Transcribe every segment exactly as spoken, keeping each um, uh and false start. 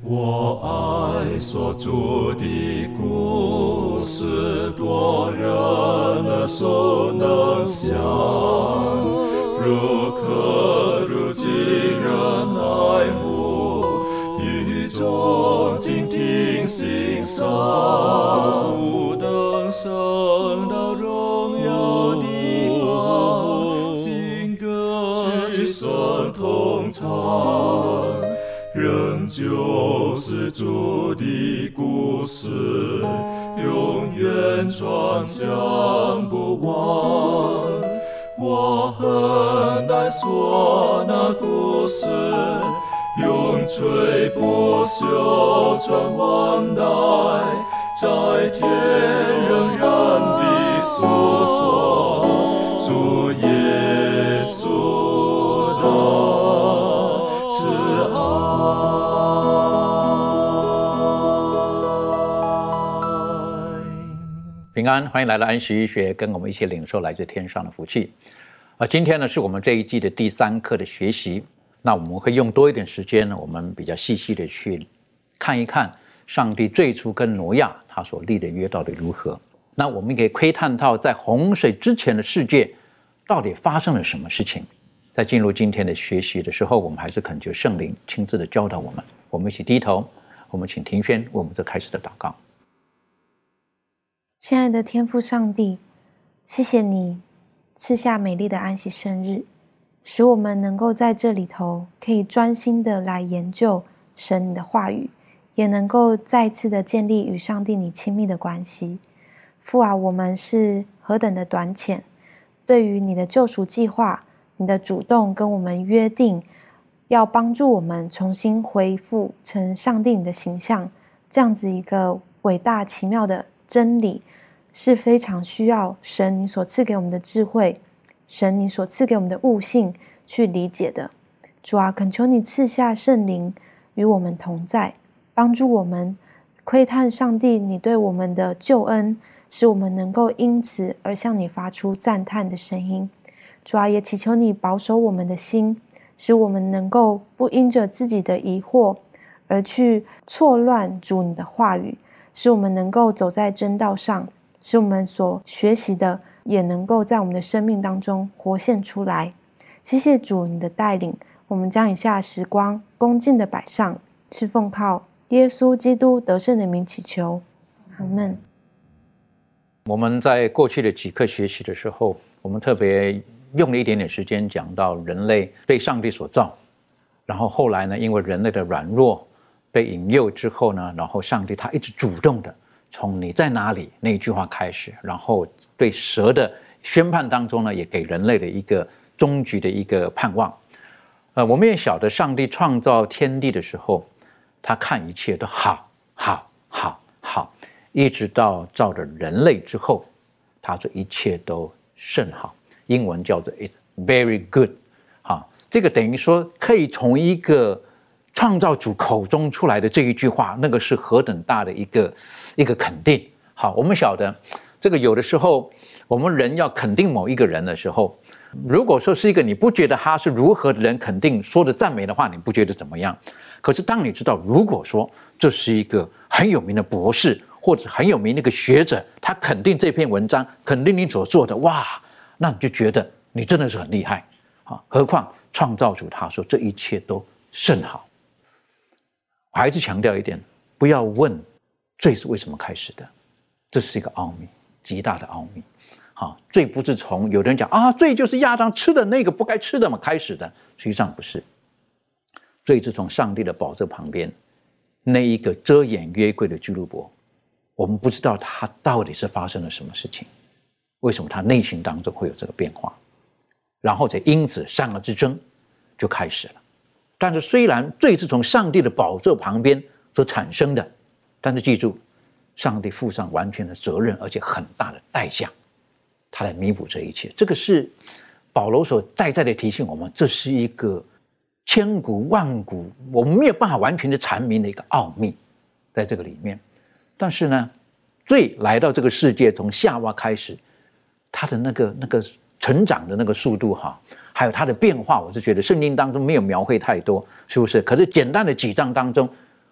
我爱所著的故事，多人耳熟能详，如可如今人爱慕，语中静听欣赏，不等升到荣耀地方，新歌之声同唱。仍旧是主的故事，永远传讲不完。我很难说那故事，永垂不朽传万代，在天仍然地诉说主耶稣的慈爱。 平安，欢迎来到安息医学，跟我们一起领受来自天上的福气。啊，今天呢是我们这一季的第三课的学习。那我们会用多一点时间呢，我们比较细细的去看一看上帝最初跟挪亚他所立的约到底如何。那我们可以窥探到在洪水之前的世界到底发生了什么事情。在进入今天的学习的时候，我们还是恳求圣灵亲自的教导我们。我们一起低头，我们请庭轩为我们这开始的祷告。 亲爱的天父上帝，谢谢你赐下美丽的安息生日，使我们能够在这里头可以专心的来研究神你的话语，也能够再次的建立与上帝你亲密的关系。父啊，我们是何等的短浅，对于你的救赎计划，你的主动跟我们约定，要帮助我们重新恢复成上帝你的形象，这样子一个伟大奇妙的真理，是非常需要神你所赐给我们的智慧，神你所赐给我们的悟性去理解的。主啊，恳求你赐下圣灵与我们同在，帮助我们窥探上帝你对我们的救恩，使我们能够因此而向你发出赞叹的声音。主啊，也祈求你保守我们的心，使我们能够不因着自己的疑惑而去错乱主你的话语，使我们能够走在真道上，使我们所学习的也能够在我们的生命当中活现出来。谢谢主你的带领，我们将以下时光恭敬的摆上，是奉靠耶稣基督得胜的名祈求，阿们。 我们在过去的几课学习的时候，我们特别用了一点点时间讲到人类被上帝所造，然后后来呢，因为人类的软弱被引诱之后呢，然后上帝他一直主动的从你在哪里那一句话开始，然后对蛇的宣判当中呢，也给人类的一个终局的一个盼望。呃，我们也晓得上帝创造天地的时候，他看一切都好好好好，一直到造了人类之后，他说一切都甚好，英文叫做 It's very good。好，这个等于说可以从一个创造主口中出来的这一句话，那个是何等大的一个一个肯定。好，我们晓得这个有的时候我们人要肯定某一个人的时候，如果说是一个你不觉得他是如何的人肯定说的赞美的话，你不觉得怎么样。可是当你知道如果说这是一个很有名的博士或者很有名的一个学者，他肯定这篇文章，肯定你所做的，哇，那你就觉得你真的是很厉害。何况创造主他说这一切都甚好。我还是强调一点，不要问罪是为什么开始的，这是一个奥秘，极大的奥秘。好，罪不是从有的人讲啊，罪就是亚当吃的那个不该吃的嘛开始的，实际上不是。罪是从上帝的宝座旁边那一个遮掩约柜的居鲁伯，我们不知道他到底是发生了什么事情，为什么他内心当中会有这个变化，然后才因此善恶之争就开始了。但是虽然罪是从上帝的宝座旁边所产生的，但是记住，上帝负上完全的责任，而且很大的代价，他来弥补这一切。这个是保罗所再再的提醒我们，这是一个千古万古我们没有办法完全的阐明的一个奥秘在这个里面。但是呢，罪来到这个世界，从夏娃开始，他的那个那个成长的那个速度哈，还有它的变化，我是觉得圣经当中没有描绘太多，是不是？可是简单的几章当中，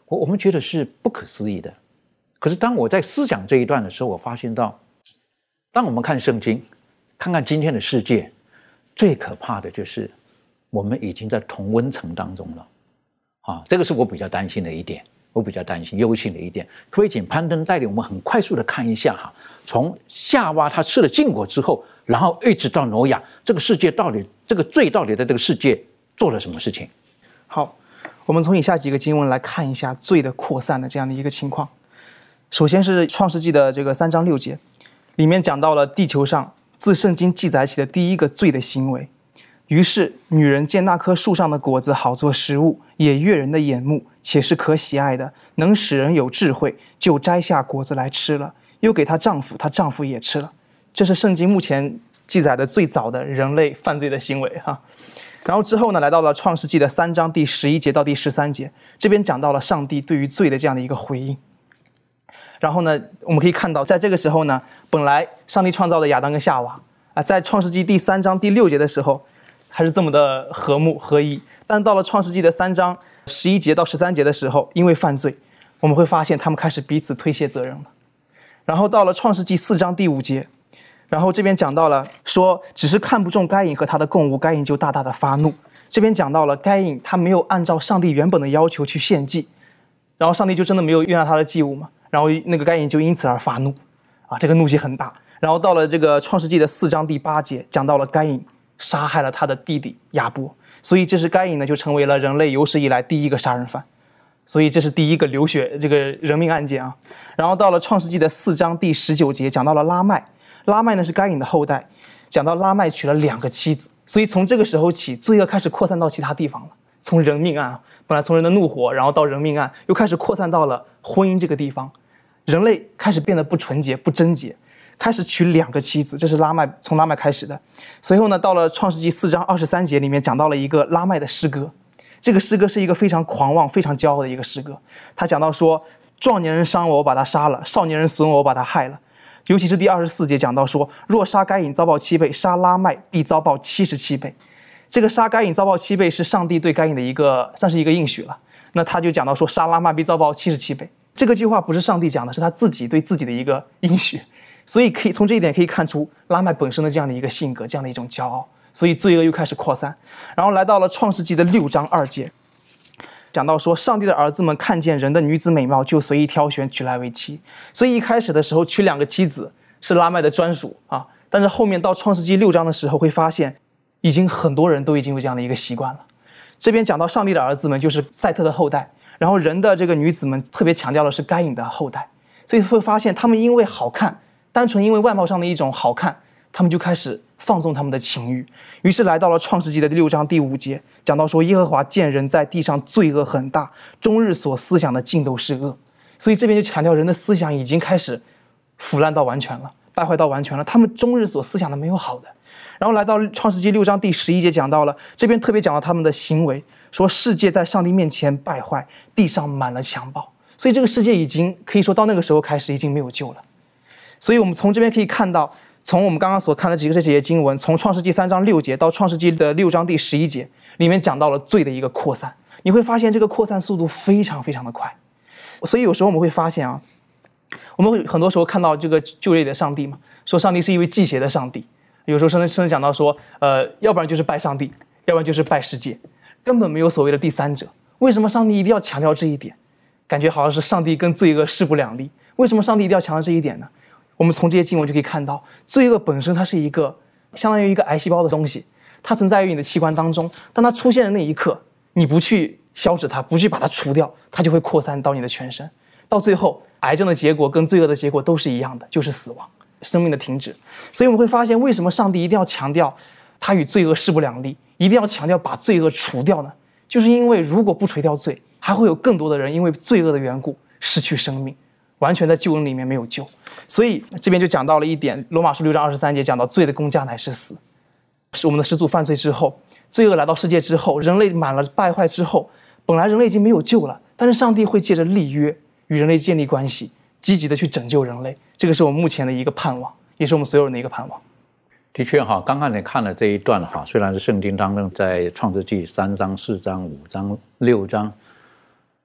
我我们觉得是不可思议的。可是当我在思想这一段的时候，我发现到，当我们看圣经，看看今天的世界，最可怕的就是我们已经在同温层当中了。啊，这个是我比较担心的一点，我比较担心忧心的一点。可不可以请攀登带领我们很快速的看一下哈，从夏娃他吃了禁果之后，然后一直到挪亚，这个世界到底这个罪到底在这个世界做了什么事情？ 好，我们从以下几个经文来看一下罪的扩散的这样的一个情况。首先是创世纪的这个三章六节，里面讲到了地球上自圣经记载起的第一个罪的行为。于是女人见那棵树上的果子好做食物，也悦人的眼目，且是可喜爱的，能使人有智慧，就摘下果子来吃了，又给她丈夫，她丈夫也吃了。这是圣经目前记载的最早的人类犯罪的行为哈。然后之后呢，来到了创世纪的三章第十一节到第十三节，这边讲到了上帝对于罪的这样的一个回应。然后呢，我们可以看到，在这个时候呢，本来上帝创造的亚当跟夏娃啊，在创世纪第三章第六节的时候，还是这么的和睦合一。但到了创世纪的三章十一节到十三节的时候，因为犯罪，我们会发现他们开始彼此推卸责任了。然后到了创世纪四章第五节，然后这边讲到了说，只是看不中该隐和他的供物，该隐就大大的发怒。这边讲到了该隐他没有按照上帝原本的要求去献祭，然后上帝就真的没有悦纳他的祭物嘛，然后那个该隐就因此而发怒啊，这个怒气很大。然后到了这个创世纪的四章第八节，讲到了该隐杀害了他的弟弟亚伯，所以这是该隐呢就成为了人类有史以来第一个杀人犯，所以这是第一个流血这个人命案件啊。然后到了创世纪的四章第十九节，讲到了拉麦，拉麦呢是该隐的后代，讲到拉麦娶了两个妻子，所以从这个时候起，罪恶开始扩散到其他地方了。从人命案，本来从人的怒火，然后到人命案，又开始扩散到了婚姻这个地方，人类开始变得不纯洁、不贞洁，开始娶两个妻子，这是拉麦从拉麦开始的。随后呢，到了创世纪四章二十三节里面讲到了一个拉麦的诗歌，这个诗歌是一个非常狂妄、非常骄傲的一个诗歌。他讲到说，壮年人伤我，我把他杀了；少年人损我，我把他害了。尤其是第二十四节讲到说，若杀该隐遭报七倍，杀拉麦必遭报七十七倍。这个杀该隐遭报七倍是上帝对该隐的一个算是一个应许了。那他就讲到说，杀拉麦必遭报七十七倍。这个句话不是上帝讲的，是他自己对自己的一个应许。所以可以从这一点可以看出拉麦本身的这样的一个性格，这样的一种骄傲，所以罪恶又开始扩散。然后来到了创世纪的六章二节，讲到说，上帝的儿子们看见人的女子美貌，就随意挑选，娶来为妻。所以一开始的时候娶两个妻子是拉麦的专属啊，但是后面到创世纪六章的时候会发现，已经很多人都已经有这样的一个习惯了。这边讲到上帝的儿子们就是赛特的后代，然后人的这个女子们特别强调的是该隐的后代，所以会发现他们因为好看，单纯因为外貌上的一种好看，他们就开始放纵他们的情欲。于是来到了创世纪的六章第五节，讲到说，耶和华见人在地上罪恶很大，终日所思想的尽都是恶。所以这边就强调人的思想已经开始腐烂到完全了，败坏到完全了，他们终日所思想的没有好的。然后来到创世纪六章第十一节，讲到了这边特别讲到他们的行为，说世界在上帝面前败坏，地上满了强暴。所以这个世界已经可以说到那个时候开始已经没有救了。所以我们从这边可以看到，从我们刚刚所看的几个这些经文，从创世纪三章六节到创世纪的六章第十一节，里面讲到了罪的一个扩散，你会发现这个扩散速度非常非常的快。所以有时候我们会发现啊，我们会很多时候看到这个旧约里的上帝嘛，说上帝是一位忌邪的上帝，有时候甚至甚至讲到说，呃，要不然就是拜上帝，要不然就是拜世界，根本没有所谓的第三者。为什么上帝一定要强调这一点？感觉好像是上帝跟罪恶势不两立。为什么上帝一定要强调这一点呢？我们从这些经文就可以看到，罪恶本身它是一个相当于一个癌细胞的东西，它存在于你的器官当中，当它出现的那一刻，你不去消止它，不去把它除掉，它就会扩散到你的全身，到最后癌症的结果跟罪恶的结果都是一样的，就是死亡，生命的停止。所以我们会发现，为什么上帝一定要强调它与罪恶势不两立，一定要强调把罪恶除掉呢？就是因为如果不除掉罪，还会有更多的人因为罪恶的缘故失去生命，完全在救恩里面没有救。所以这边就讲到了一点，罗马书六章二十三节讲到，罪的工价乃是死。是我们的始祖犯罪之后，罪恶来到世界之后，人类满了败坏之后，本来人类已经没有救了，但是上帝会借着立约与人类建立关系，积极的去拯救人类。这个是我们目前的一个盼望，也是我们所有人的一个盼望。 的确哈，刚刚你看了这一段哈，虽然是圣经当中在创世纪三章、四章、五章、六章，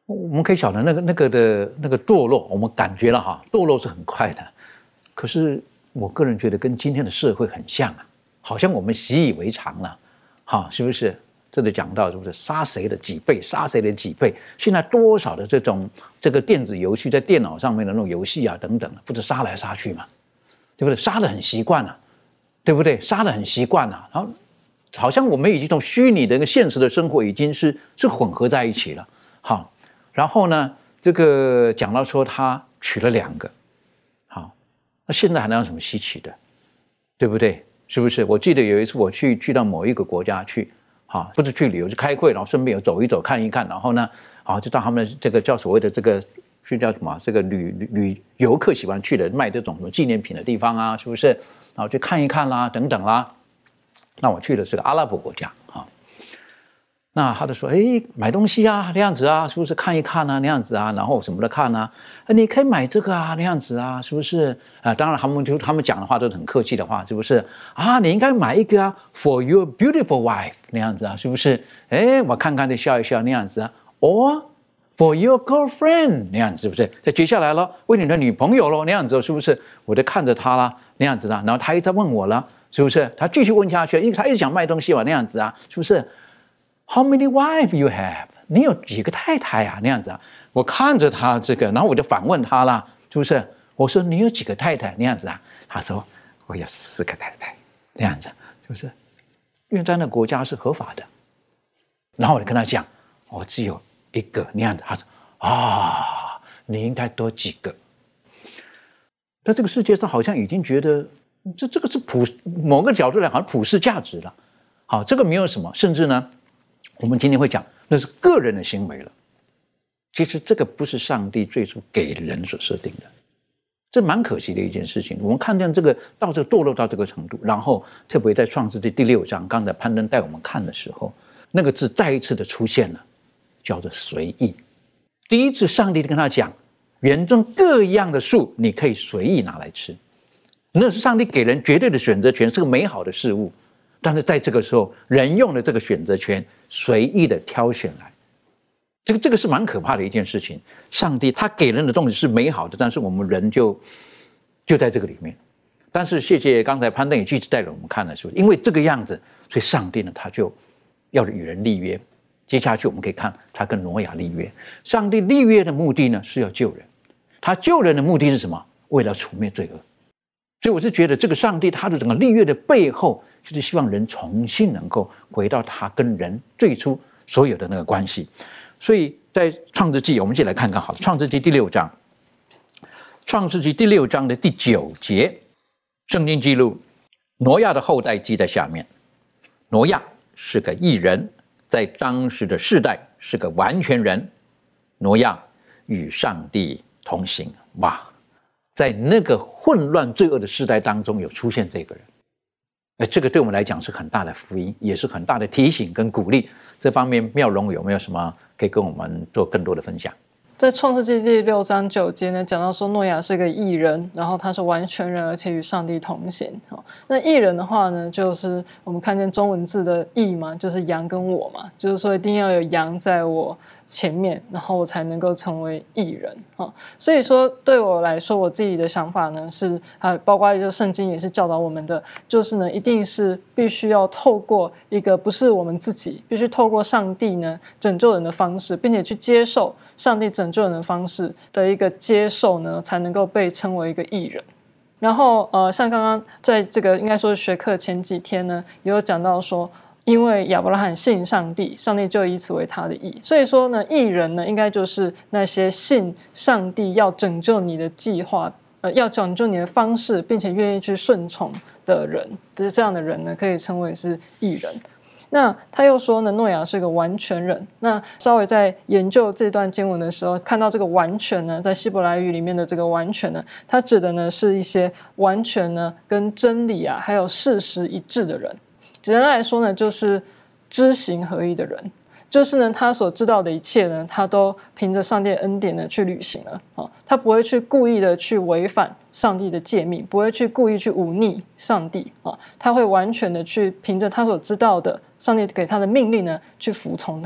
我们可以晓得那个那个的那个堕落，我们感觉了哈，堕落是很快的。可是我个人觉得跟今天的社会很像啊，好像我们习以为常了，哈，是不是？这里讲到是不是杀谁的几倍，杀谁的几倍？现在多少的这种这个电子游戏，在电脑上面的那种游戏啊等等，不是杀来杀去嘛，对不对？杀得很习惯了，对不对？杀得很习惯了，然后好像我们已经从虚拟的跟现实的生活已经是是混合在一起了，好。然后呢，这个讲到说他娶了两个，好，那现在还能有什么稀奇的，对不对？是不是？我记得有一次我去去到某一个国家去，哈，不是去旅游，是开会，然后顺便有走一走看一看，然后呢，啊，就到他们这个叫所谓的这个去叫什么？这个旅旅旅游客喜欢去的卖这种什么纪念品的地方啊，是不是？然后去看一看啦，等等啦。那我去的是个阿拉伯国家啊。那他就说：“哎，买东西啊，那样子啊，是不是看一看啊，那样子啊，然后什么的看啊，你可以买这个啊，那样子啊，是不是？啊，当然他们就他们讲的话都是很客气的话，是不是？啊，你应该买一个啊 ，for your beautiful wife 那样子啊，是不是？哎，我看看就笑一笑那样子啊 ，or for your girlfriend 那样子，是不是？再接下来了，为你的女朋友咯，那样子是不是？我就看着他啦，那样子啊，然后他一直在问我了，是不是？他继续问下去，因为他一直想卖东西嘛，那样子啊，是不是？How many wives you have？ 你有几个太太啊？那样子啊，我看着他这个，然后我就反问他啦，是不是？我说你有几个太太？那样子啊，他说我有四个太太，那样子，是不是？因为在那个国家是合法的。然后我就跟他讲，我只有一个那样子。他说啊，你应该多几个。在这个世界上，好像已经觉得这这个是普某个角度来，好像普世价值了。好，这个没有什么，甚至呢。我们今天会讲，那是个人的行为了。其实这个不是上帝最初给人所设定的，这蛮可惜的一件事情。我们看见这个到这个堕落到这个程度，然后特别在创世纪第六章，刚才攀登带我们看的时候，那个字再一次的出现了，叫做随意。第一次上帝跟他讲，园中各样的树你可以随意拿来吃，那是上帝给人绝对的选择权，是个美好的事物。但是在这个时候，人用了这个选择权，随意的挑选来，这个这个是蛮可怕的一件事情。上帝他给人的东西是美好的，但是我们人就就在这个里面。但是谢谢刚才攀登也具体带着我们看了，是不是？因为这个样子，所以上帝呢他就要与人立约。接下去我们可以看他跟挪亚立约。上帝立约的目的呢是要救人，他救人的目的是什么？为了除灭罪恶。所以我是觉得这个上帝他的整个立约的背后，就是希望人重新能够回到他跟人最初所有的那个关系。所以在创世纪，我们一起来看看好了，创世纪第六章，创世纪第六章的第九节，圣经记录挪亚的后代记在下面。挪亚是个义人，在当时的世代是个完全人。挪亚与上帝同行。哇！在那个混乱罪恶的时代当中，有出现这个人，哎，这个对我们来讲是很大的福音，也是很大的提醒跟鼓励。这方面妙容有没有什么可以跟我们做更多的分享？ 在创世纪第六章九节呢，讲到说诺亚是个义人，然后他是完全人，而且与上帝同行。那义人的话呢，就是我们看见中文字的义嘛，就是羊跟我嘛，就是说一定要有羊在我前面，然后我才能够成为义人。所以说对我来说，我自己的想法呢是，啊，包括就圣经也是教导我们的，就是呢，一定是必须要透过一个不是我们自己，必须透过上帝呢拯救人的方式，并且去接受上帝拯救人的方式的一个接受呢，才能够被称为一个义人。然后呃，像刚刚在这个应该说学课前几天呢，也有讲到说，因为亚伯拉罕信上帝，上帝就以此为他的义。所以说呢，义人呢，应该就是那些信上帝要拯救你的计划，呃，要拯救你的方式，并且愿意去顺从的人，就是这样的人呢，可以称为是义人。那他又说呢，诺亚是个完全人。那稍微在研究这段经文的时候，看到这个完全呢，在希伯来语里面的这个完全呢，它指的呢是一些完全呢跟真理啊还有事实一致的人。简单来说呢，就是知行合一的人，就是呢他所知道的一切呢，他都凭着上帝的恩典呢去履行了。哦，他不会去故意的去违反上帝的诫命，不会去故意去忤逆上帝。哦，他会完全的去凭着他所知道的上帝给他的命令呢去服从他。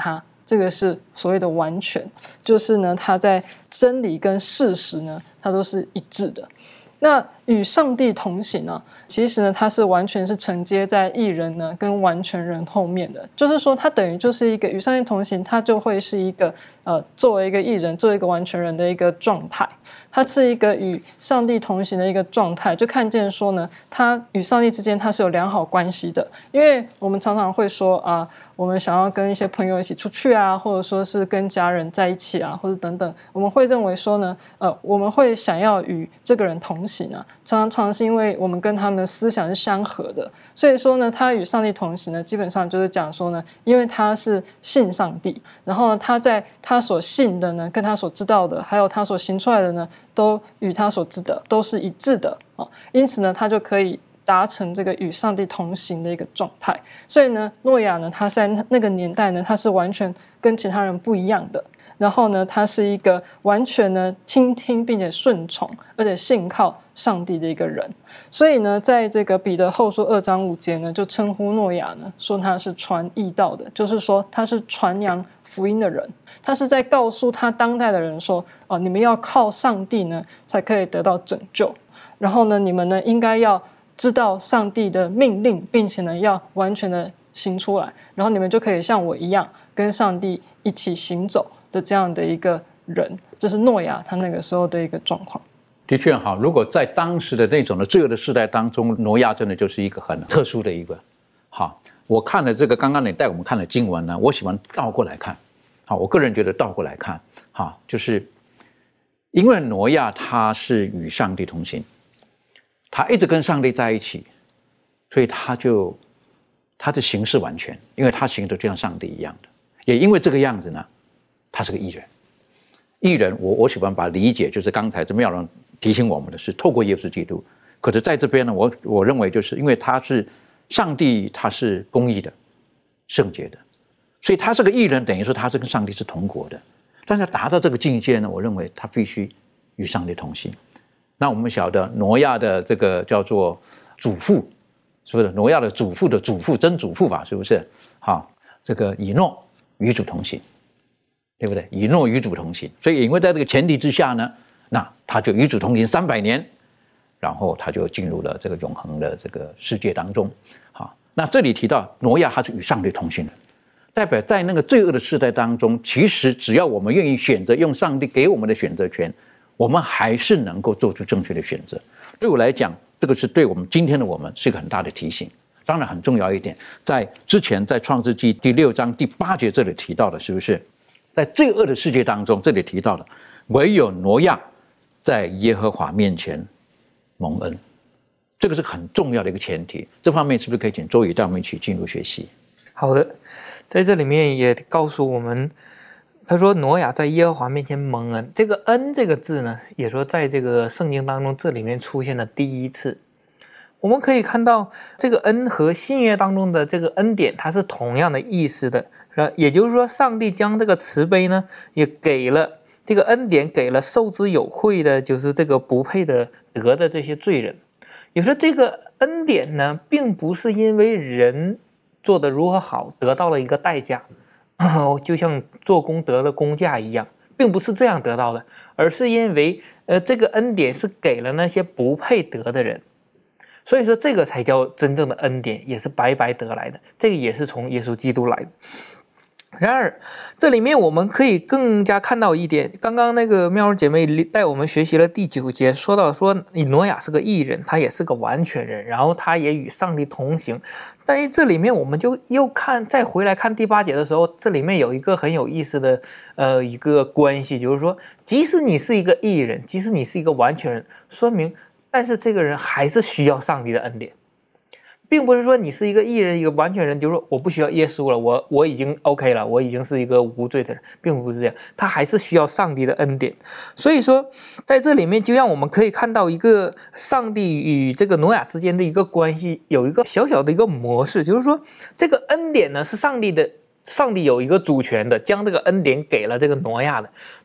这个是所谓的完全，就是呢，他在真理跟事实呢，它都是一致的。那与上帝同行呢，其实呢，它是完全是承接在义人呢跟完全人后面的，就是说，它等于就是一个与上帝同行，它就会是一个呃，作为一个义人，作为一个完全人的一个状态，它是一个与上帝同行的一个状态，就看见说呢，它与上帝之间它是有良好关系的，因为我们常常会说啊、呃，我们想要跟一些朋友一起出去啊，或者说是跟家人在一起啊，或者等等，我们会认为说呢，呃，我们会想要与这个人同行啊，常常是因为我们跟他们的思想是相合的，所以说呢，他与上帝同行呢，基本上就是讲说呢，因为他是信上帝，然后呢，他在他所信的呢，跟他所知道的，还有他所行出来的呢，都与他所知的都是一致的啊，因此呢，他就可以达成这个与上帝同行的一个状态。所以呢，诺亚呢，他在那个年代呢，他是完全跟其他人不一样的。然后呢，他是一个完全呢倾听并且顺从，而且信靠上帝的一个人。所以呢，在这个彼得后书二章五节呢，就称呼诺亚呢，说他是传义道的，就是说他是传扬福音的人。他是在告诉他当代的人说，哦，你们要靠上帝呢，才可以得到拯救。然后呢，你们呢应该要知道上帝的命令，并且呢要完全的行出来，然后你们就可以像我一样，跟上帝一起行走的这样的一个人。这是诺亚他那个时候的一个状况。 的确哈，如果在当时的那种的罪恶的时代当中，挪亚真的就是一个很特殊的一个。好，我看了这个刚刚你带我们看的经文呢，我喜欢倒过来看。好，我个人觉得倒过来看，好，就是因为挪亚他是与上帝同行，他一直跟上帝在一起，所以他就他的行事完全，因为他行的就像上帝一样的，也因为这个样子呢，他是个义人。义人，我我喜欢把理解，就是刚才这妙容提醒我们的是透过耶稣基督。可是在这边呢，我我认为就是因为他是上帝，他是公义的、圣洁的，所以他是个义人，等于说他是跟上帝是同国的。但是达到这个境界呢，我认为他必须与上帝同行。那我们晓得挪亚的这个叫做祖父，是不是？挪亚的祖父的祖父，曾祖父吧，是不是？好，这个以诺与主同行，对不对？以诺与主同行，所以因为在这个前提之下呢，那他就与主同行三百年，然后他就进入了这个永恒的这个世界当中。好，那这里提到挪亚他是与上帝同行的，代表在那个罪恶的时代当中，其实只要我们愿意选择用上帝给我们的选择权，我们还是能够做出正确的选择。对我来讲，这个是对我们今天的我们是一个很大的提醒。当然很重要一点，在之前在创世纪第六章第八节这里提到的，是不是在罪恶的世界当中，这里提到的唯有挪亚在耶和华面前蒙恩，这个是很重要的一个前提。这方面是不是可以请周宇带我们一起进入学习？ 好的，在这里面也告诉我们，他说挪亚在耶和华面前蒙恩，这个恩这个字呢，也说在这个圣经当中这里面出现了第一次。我们可以看到这个恩和新约当中的这个恩典它是同样的意思的，也就是说上帝将这个慈悲呢也给了这个恩典，给了受之有罪的，就是这个不配的得的这些罪人。也就是这个恩典呢并不是因为人做得如何好得到了一个代价，就像做工得了工价一样，并不是这样得到的，而是因为呃这个恩典是给了那些不配得的人。所以说这个才叫真正的恩典，也是白白得来的，这个也是从耶稣基督来的。然而这里面我们可以更加看到一点，刚刚那个妙儿姐妹带我们学习了第九节，说到说挪亚是个义人，他也是个完全人，然后他也与上帝同行。但是这里面我们就又看再回来看第八节的时候，这里面有一个很有意思的呃一个关系，就是说即使你是一个义人，即使你是一个完全人，说明但是这个人还是需要上帝的恩典，并不是说你是一个义人一个完全人，就是说我不需要耶稣了，我我已经 OK 了，我已经是一个无罪的人，并不是这样，他还是需要上帝的恩典。所以说在这里面就让我们可以看到一个上帝与这个挪亚之间的一个关系，有一个小小的一个模式，就是说这个恩典呢是上帝的，上帝有一个主权的，将这个恩典给了这个挪亚的，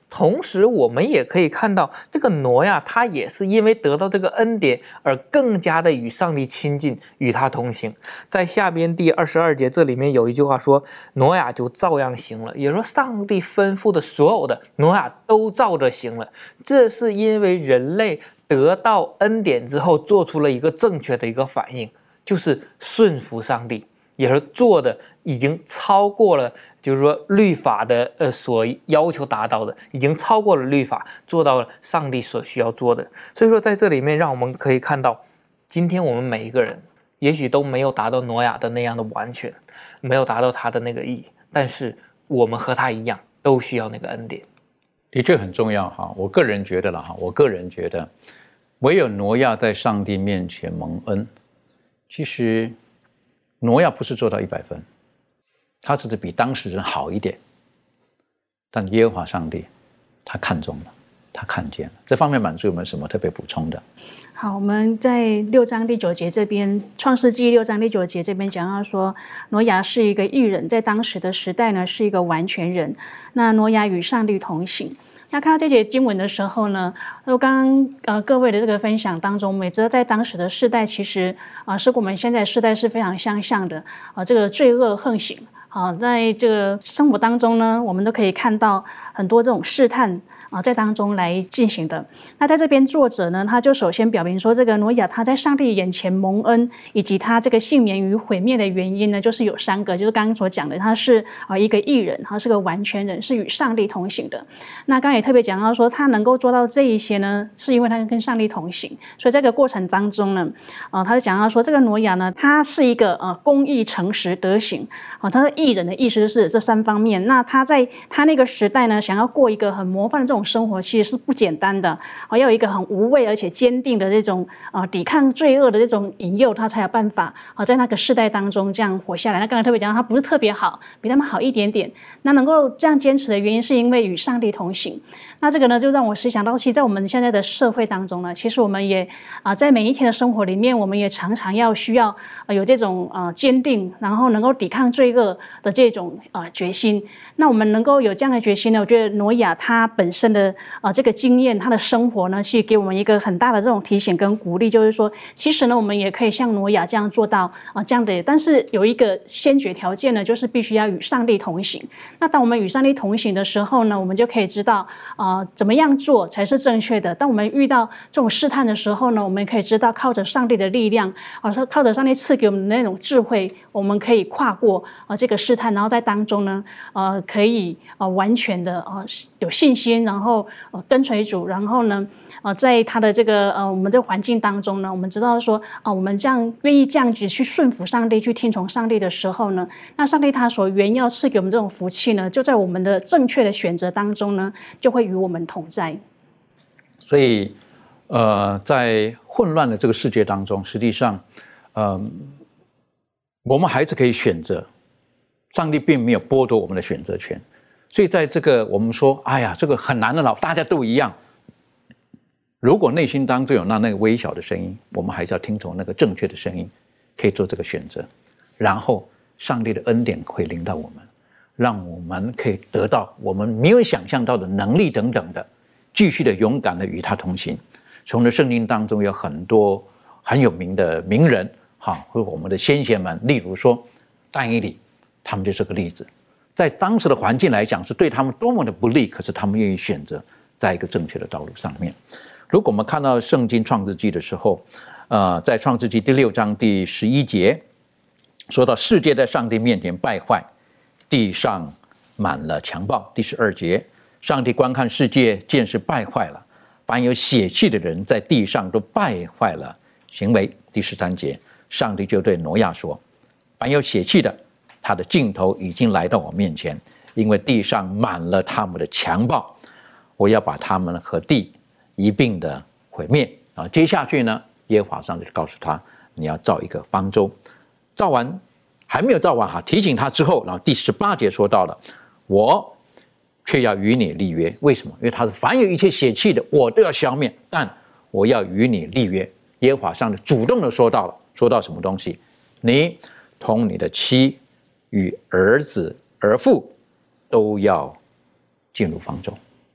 同时我们也可以看到，这个挪亚他也是因为得到这个恩典而更加的与上帝亲近，与他同行。在下边第二十二节，这里面有一句话说，挪亚就照样行了，也说上帝吩咐的所有的，挪亚都照着行了。这是因为人类得到恩典之后做出了一个正确的一个反应，就是顺服上帝，也是做的已经超过了，就是说律法的呃所要求达到的，已经超过了律法，做到了上帝所需要做的。所以说在这里面让我们可以看到，今天我们每一个人也许都没有达到挪亚的那样的完全，没有达到他的那个义，但是我们和他一样都需要那个恩典。 的确很重要哈，我个人觉得了哈，我个人觉得，唯有挪亚在上帝面前蒙恩。其实，挪亚不是做到一百分，他只是比当时人好一点。但耶和华上帝，他看中了，他看见了。这方面满足有没有什么特别补充的？ 好，我们在六章第九节这边，创世纪六章第九节这边讲到说，挪亚是一个义人，在当时的时代呢是一个完全人。那挪亚与上帝同行。那看到这节经文的时候呢，我刚刚呃各位的这个分享当中，我们也知道在当时的世代，其实啊、呃、是跟我们现在世代是非常相像的啊、呃，这个罪恶横行啊、呃，在这个生活当中呢，我们都可以看到很多这种试探。啊，在当中来进行的。那在这边作者呢，他就首先表明说，这个挪亚他在上帝眼前蒙恩，以及他这个幸免于毁灭的原因呢，就是有三个，就是刚刚所讲的，他是啊一个义人，他是个完全人，是与上帝同行的。那刚刚也特别讲到说，他能够做到这一些呢，是因为他跟上帝同行。所以这个过程当中呢，啊，他就讲到说，这个挪亚呢，他是一个呃公义、诚实、德行啊，他的义人的意思是这三方面。那他在他那个时代呢，想要过一个很模范的这种生活其实是不简单的，要有一个很无畏而且坚定的这种呃抵抗罪恶的这种引诱，他才有办法啊在那个世代当中这样活下来。那刚才特别讲，他不是特别好，比他们好一点点。那能够这样坚持的原因，是因为与上帝同行。那这个呢，就让我思想到，其实在我们现在的社会当中呢，其实我们也啊在每一天的生活里面，我们也常常要需要呃有这种呃坚定，然后能够抵抗罪恶的这种呃决心。那我们能够有这样的决心呢，我觉得挪亚他本身的啊，这个经验，他的生活呢，去给我们一个很大的这种提醒跟鼓励，就是说，其实呢，我们也可以像挪亚这样做到啊，这样的。但是有一个先决条件呢，就是必须要与上帝同行。那当我们与上帝同行的时候呢，我们就可以知道啊，怎么样做才是正确的。当我们遇到这种试探的时候呢，我们可以知道靠着上帝的力量，啊，靠着上帝赐给我们的那种智慧，我们可以跨过啊这个试探，然后在当中呢，呃，可以啊完全的啊有信心，然后。呃，跟随主，然后呢，呃，在他的这个呃，我们这个环境当中呢，我们知道说，啊、呃，我们这样愿意这样子去顺服上帝，去听从上帝的时候呢，那上帝他所原要赐给我们这种福气呢，就在我们的正确的选择当中呢，就会与我们同在。 所以，呃，在混乱的这个世界当中，实际上，呃，我们还是可以选择，上帝并没有剥夺我们的选择权。所以在这个我们说，哎呀，这个很难的了，大家都一样。如果内心当中有那那个微小的声音，我们还是要听从那个正确的声音，可以做这个选择。然后上帝的恩典会临到我们，让我们可以得到我们没有想象到的能力等等的，继续的勇敢的与他同行。从这圣经当中有很多很有名的名人，哈，或者我们的先贤们，例如说但以理，他们就是个例子。在当时的环境来讲，是对他们多么的不利，可是他们愿意选择在一个正确的道路上面。如果我们看到圣经创世纪的时候，呃，在创世纪第六章第十一节说到世界在上帝面前败坏，地上满了强暴。第十二节，上帝观看世界，见是败坏了，凡有血气的人在地上都败坏了行为。第十三节，上帝就对挪亚说，凡有血气的，他的尽头已经来到我面前，因为地上满了他们的强暴，我要把他们和地一并的毁灭。啊，接下去呢，耶和华上帝就告诉他，你要造一个方舟。造完还没有造完哈，提醒他之后，然后第十八节说到了，我却要与你立约。为什么？因为他是凡有一切血气的，我都要消灭，但我要与你立约。耶和华上帝主动的说到了，说到什么东西？你同你的妻与儿子儿妇都要进入方舟。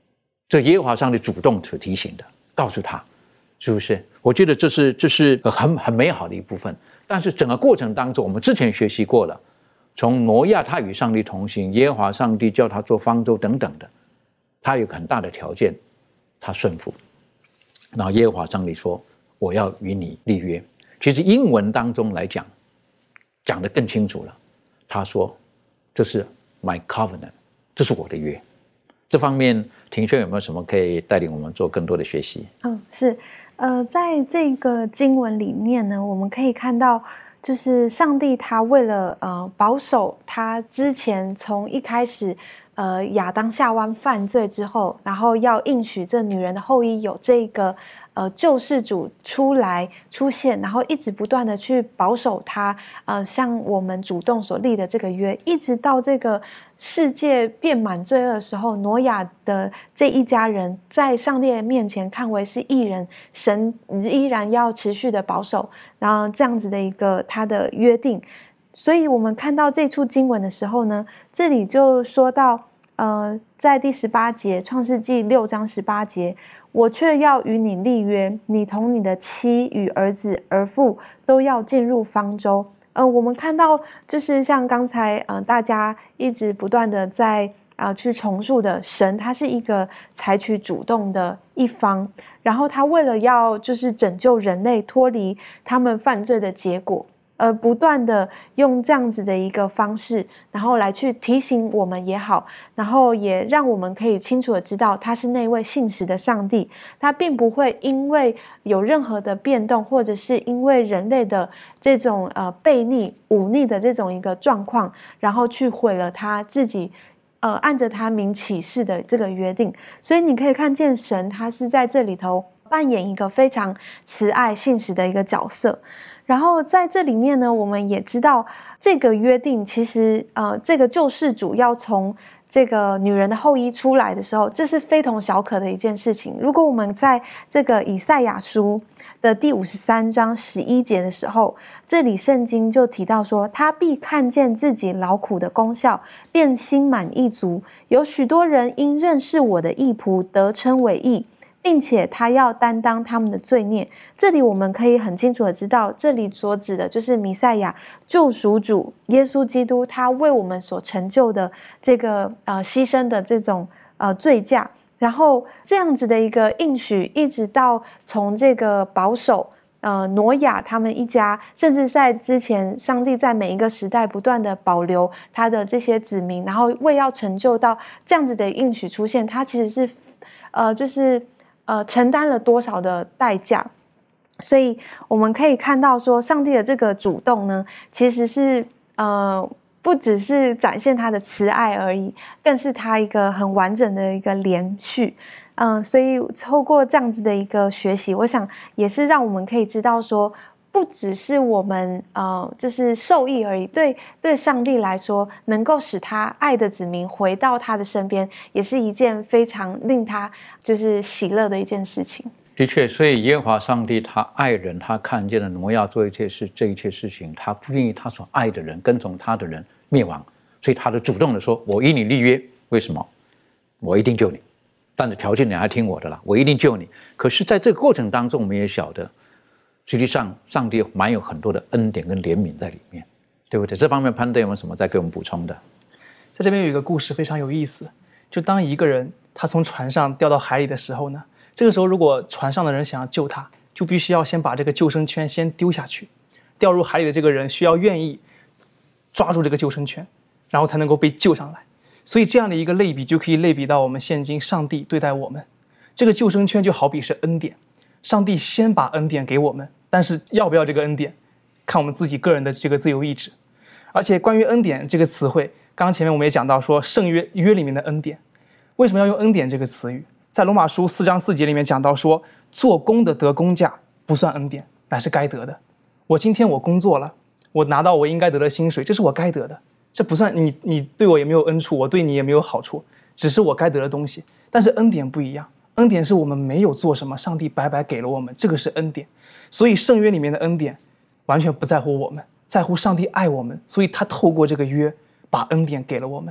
这耶和华上帝主动所提醒的，告诉他，是不是？我觉得这是这是很很美好的一部分。但是整个过程当中，我们之前学习过了，从挪亚他与上帝同行，耶和华上帝叫他做方舟等等的，他有个很大的条件，他顺服。然后耶和华上帝说：“我要与你立约。”其实英文当中来讲，讲得更清楚了。他说：“这是 my covenant， 这是我的约。”这方面，庭轩有没有什么可以带领我们做更多的学习？ 嗯，是，呃，在这个经文里面呢，我们可以看到，就是上帝他为了呃保守他之前从一开始，呃亚当夏娃犯罪之后，然后要应许这女人的后裔有这个呃救世主出来出现，然后一直不断的去保守他，呃像我们主动所立的这个约，一直到这个世界变满罪恶的时候，挪亚的这一家人在上帝面前看为是义人，神依然要持续的保守，然后这样子的一个他的约定。所以我们看到这处经文的时候呢，这里就说到呃，在第十八节，创世纪六章十八节，我却要与你立约，你同你的妻与儿子儿妇都要进入方舟。呃，我们看到就是像刚才呃大家一直不断的在啊、呃、去重述的，神他是一个采取主动的一方，然后他为了要就是拯救人类脱离他们犯罪的结果，而不断的用这样子的一个方式，然后来去提醒我们也好，然后也让我们可以清楚的知道他是那位信实的上帝，他并不会因为有任何的变动，或者是因为人类的这种呃悖逆忤逆的这种一个状况，然后去毁了他自己呃按着他名起誓的这个约定。所以你可以看见神他是在这里头扮演一个非常慈爱信实的一个角色。然后在这里面呢，我们也知道这个约定其实呃，这个救世主要从这个女人的后裔出来的时候，这是非同小可的一件事情。如果我们在这个以赛亚书的第五十三章十一节的时候，这里圣经就提到说，他必看见自己劳苦的功效，便心满意足。有许多人因认识我的义仆，得称为义，并且他要担当他们的罪孽。这里我们可以很清楚的知道，这里所指的就是弥赛亚救赎主耶稣基督，他为我们所成就的这个呃牺牲的这种呃罪价。然后这样子的一个应许，一直到从这个保守呃挪亚他们一家，甚至在之前上帝在每一个时代不断的保留他的这些子民，然后为要成就到这样子的应许出现，他其实是呃就是呃，承担了多少的代价？所以我们可以看到说，上帝的这个主动呢，其实是呃，不只是展现他的慈爱而已，更是他一个很完整的一个连续。嗯、呃，所以透过这样子的一个学习，我想也是让我们可以知道说，不只是我们呃，就是受益而已。对对，上帝来说，能够使他爱的子民回到他的身边，也是一件非常令他就是喜乐的一件事情。 的确，所以耶和华上帝他爱人，他看见了挪亚做一切事，这一切事情，他不愿意他所爱的人跟从他的人灭亡，所以他就主动的说：“我与你立约，为什么？我一定救你，但是条件你还听我的啦，我一定救你。”可是，在这个过程当中，我们也晓得。实际上，上帝蛮有很多的恩典跟怜悯在里面，对不对？这方面潘德有没有什么再给我们补充的？ 在这边有一个故事非常有意思，就当一个人他从船上掉到海里的时候呢，这个时候如果船上的人想要救他，就必须要先把这个救生圈先丢下去，掉入海里的这个人需要愿意抓住这个救生圈，然后才能够被救上来。所以这样的一个类比就可以类比到我们现今上帝对待我们，这个救生圈就好比是恩典。上帝先把恩典给我们，但是要不要这个恩典，看我们自己个人的这个自由意志。而且关于恩典这个词汇，刚刚前面我们也讲到说圣约约里面的恩典，为什么要用恩典这个词语？在罗马书四章四节里面讲到说，做工的得工价不算恩典，乃是该得的。我今天我工作了，我拿到我应该得的薪水，这是我该得的，这不算你你对我也没有恩处，我对你也没有好处，只是我该得的东西。但是恩典不一样，恩典是我们没有做什么，上帝白白给了我们，这个是恩典。所以圣约里面的恩典完全不在乎我们，在乎上帝爱我们，所以他透过这个约把恩典给了我们。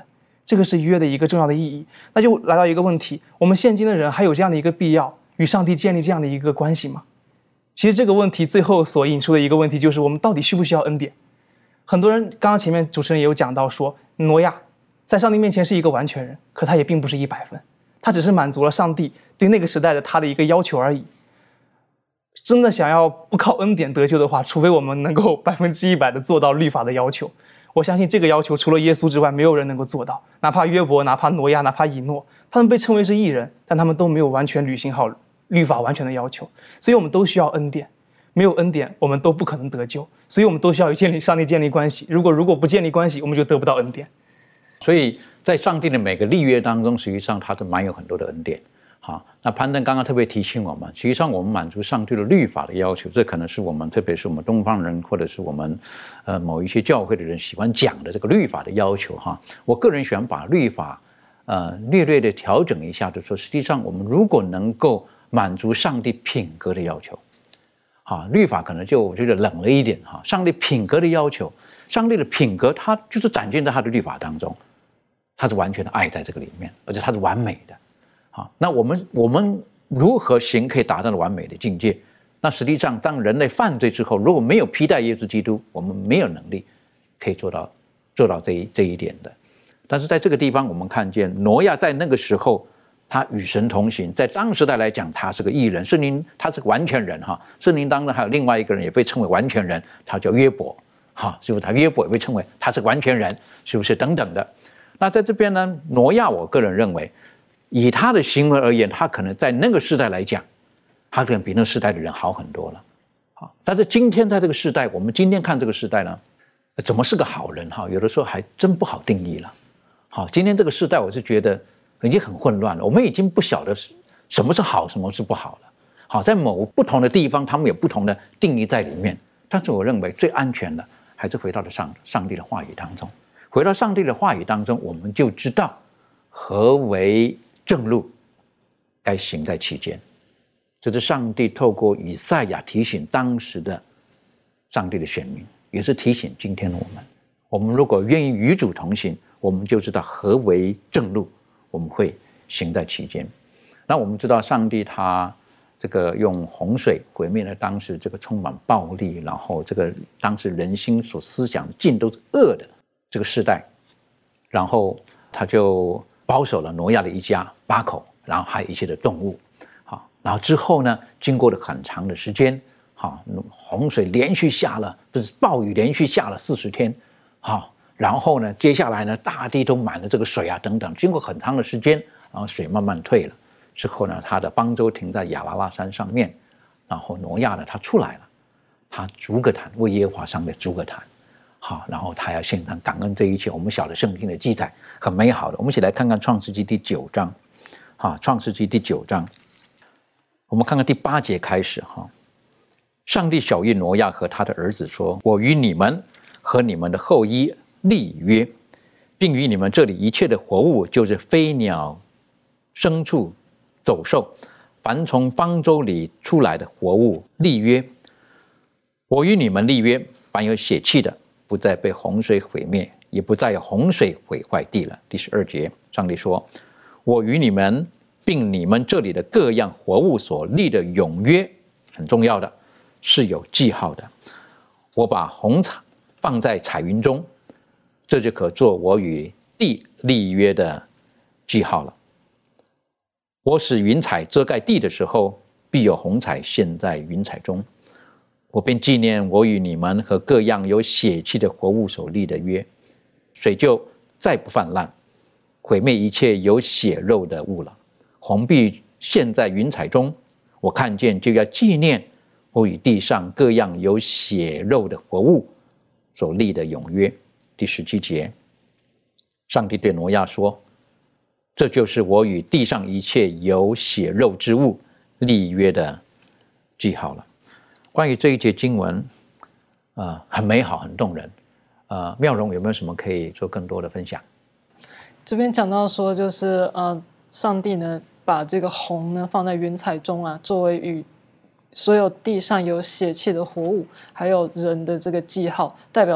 这个是约的一个重要的意义。那就来到一个问题，我们现今的人还有这样的一个必要与上帝建立这样的一个关系吗？其实这个问题最后所引出的一个问题就是我们到底需不需要恩典。很多人刚刚前面主持人也有讲到说，挪亚在上帝面前是一个完全人，可他也并不是一百分，他只是满足了上帝对那个时代的他的一个要求而已。真的想要不靠恩典得救的话，除非我们能够百分之一百的做到律法的要求。我相信这个要求除了耶稣之外，没有人能够做到。哪怕约伯，哪怕挪亚，哪怕以诺，他们被称为是义人，但他们都没有完全履行好律法完全的要求。所以我们都需要恩典，没有恩典，我们都不可能得救。所以我们都需要与建立上帝建立关系。如果如果不建立关系，我们就得不到恩典。 所以在上帝的每个立约当中，实际上他是蛮有很多的恩典。好，那攀登刚刚特别提醒我们，实际上我们满足上帝的律法的要求，这可能是我们，特别是我们东方人，或者是我们呃某一些教会的人喜欢讲的这个律法的要求哈。我个人喜欢把律法呃略略的调整一下，就说实际上我们如果能够满足上帝品格的要求，哈，律法可能就我觉得冷了一点哈。上帝品格的要求，上帝的品格，它就是展现在他的律法当中，他是完全的爱在这个里面，而且它是完美的。好，那我们我们如何行可以达到完美的境界？那实际上，当人类犯罪之后，如果没有披戴耶稣基督，我们没有能力可以做到做到这一这一点的。但是在这个地方，我们看见挪亚在那个时候，他与神同行，在当时代来讲，他是个义人，圣灵他是个完全人哈。圣灵当中还有另外一个人也被称为完全人，他叫约伯哈，是不是？他约伯也被称为他是个完全人，是不是？等等的。那在这边呢，挪亚，我个人认为，以他的行为而言，他可能在那个时代来讲，他可能比那个时代的人好很多了。好，但是今天在这个时代，我们今天看这个时代呢，怎么是个好人哈？有的时候还真不好定义了。好，今天这个时代，我是觉得已经很混乱了。我们已经不晓得什么是好，什么是不好了。好，在某不同的地方，他们有不同的定义在里面。但是我认为最安全的，还是回到了上上帝的话语当中。回到上帝的话语当中，我们就知道何为正路，该行在其间。这是上帝透过以赛亚提醒当时的上帝的选民，也是提醒今天的我们。我们如果愿意与主同行，我们就知道何为正路，我们会行在其间。那我们知道上帝他这个用洪水毁灭了当时这个充满暴力，然后这个当时人心所思想的尽都是恶的这个时代，然后他就保守了挪亚的一家八口，然后还有一些的动物。好，然后之后呢，经过了很长的时间，好，洪水连续下了，不是暴雨连续下了四十天，好，然后呢，接下来呢，大地都满了这个水啊等等。经过很长的时间，然后水慢慢退了之后呢，他的方舟停在亚拉拉山上面，然后挪亚呢，他出来了，他筑个坛，为耶和华上面筑个坛。好，然后他要献上感恩这一切。我们晓得圣经的记载很美好的，我们一起来看看创世纪第九章。好，创世纪第九章，我们看看第八节开始哈。上帝晓谕挪亚和他的儿子说：“我与你们和你们的后裔立约，并与你们这里一切的活物，就是飞鸟、牲畜、走兽，凡从方舟里出来的活物立约。我与你们立约，凡有血气的，不再被洪水毁灭，也不再有洪水毁坏地了。”第十二节，上帝说：“我与你们并你们这里的各样活物所立的永约，很重要的，是有记号的。我把红彩放在彩云中，这就可做我与地立约的记号了。我使云彩遮盖地的时候，必有红彩现在云彩中。我便纪念我与你们和各样有血气的活物所立的约，水就再不泛滥，毁灭一切有血肉的物了。红必现在云彩中，我看见就要纪念我与地上各样有血肉的活物所立的永约。”第十七节，上帝对挪亚说：“这就是我与地上一切有血肉之物立约的记号了。”关于这一节经文，呃，很美好，很动人。呃，妙容有没有什么可以做更多的分享？ 这边讲到说，就是呃，上帝呢把这个红呢放在云彩中啊，作为与所有地上有血气的活物，还有人的这个记号，代表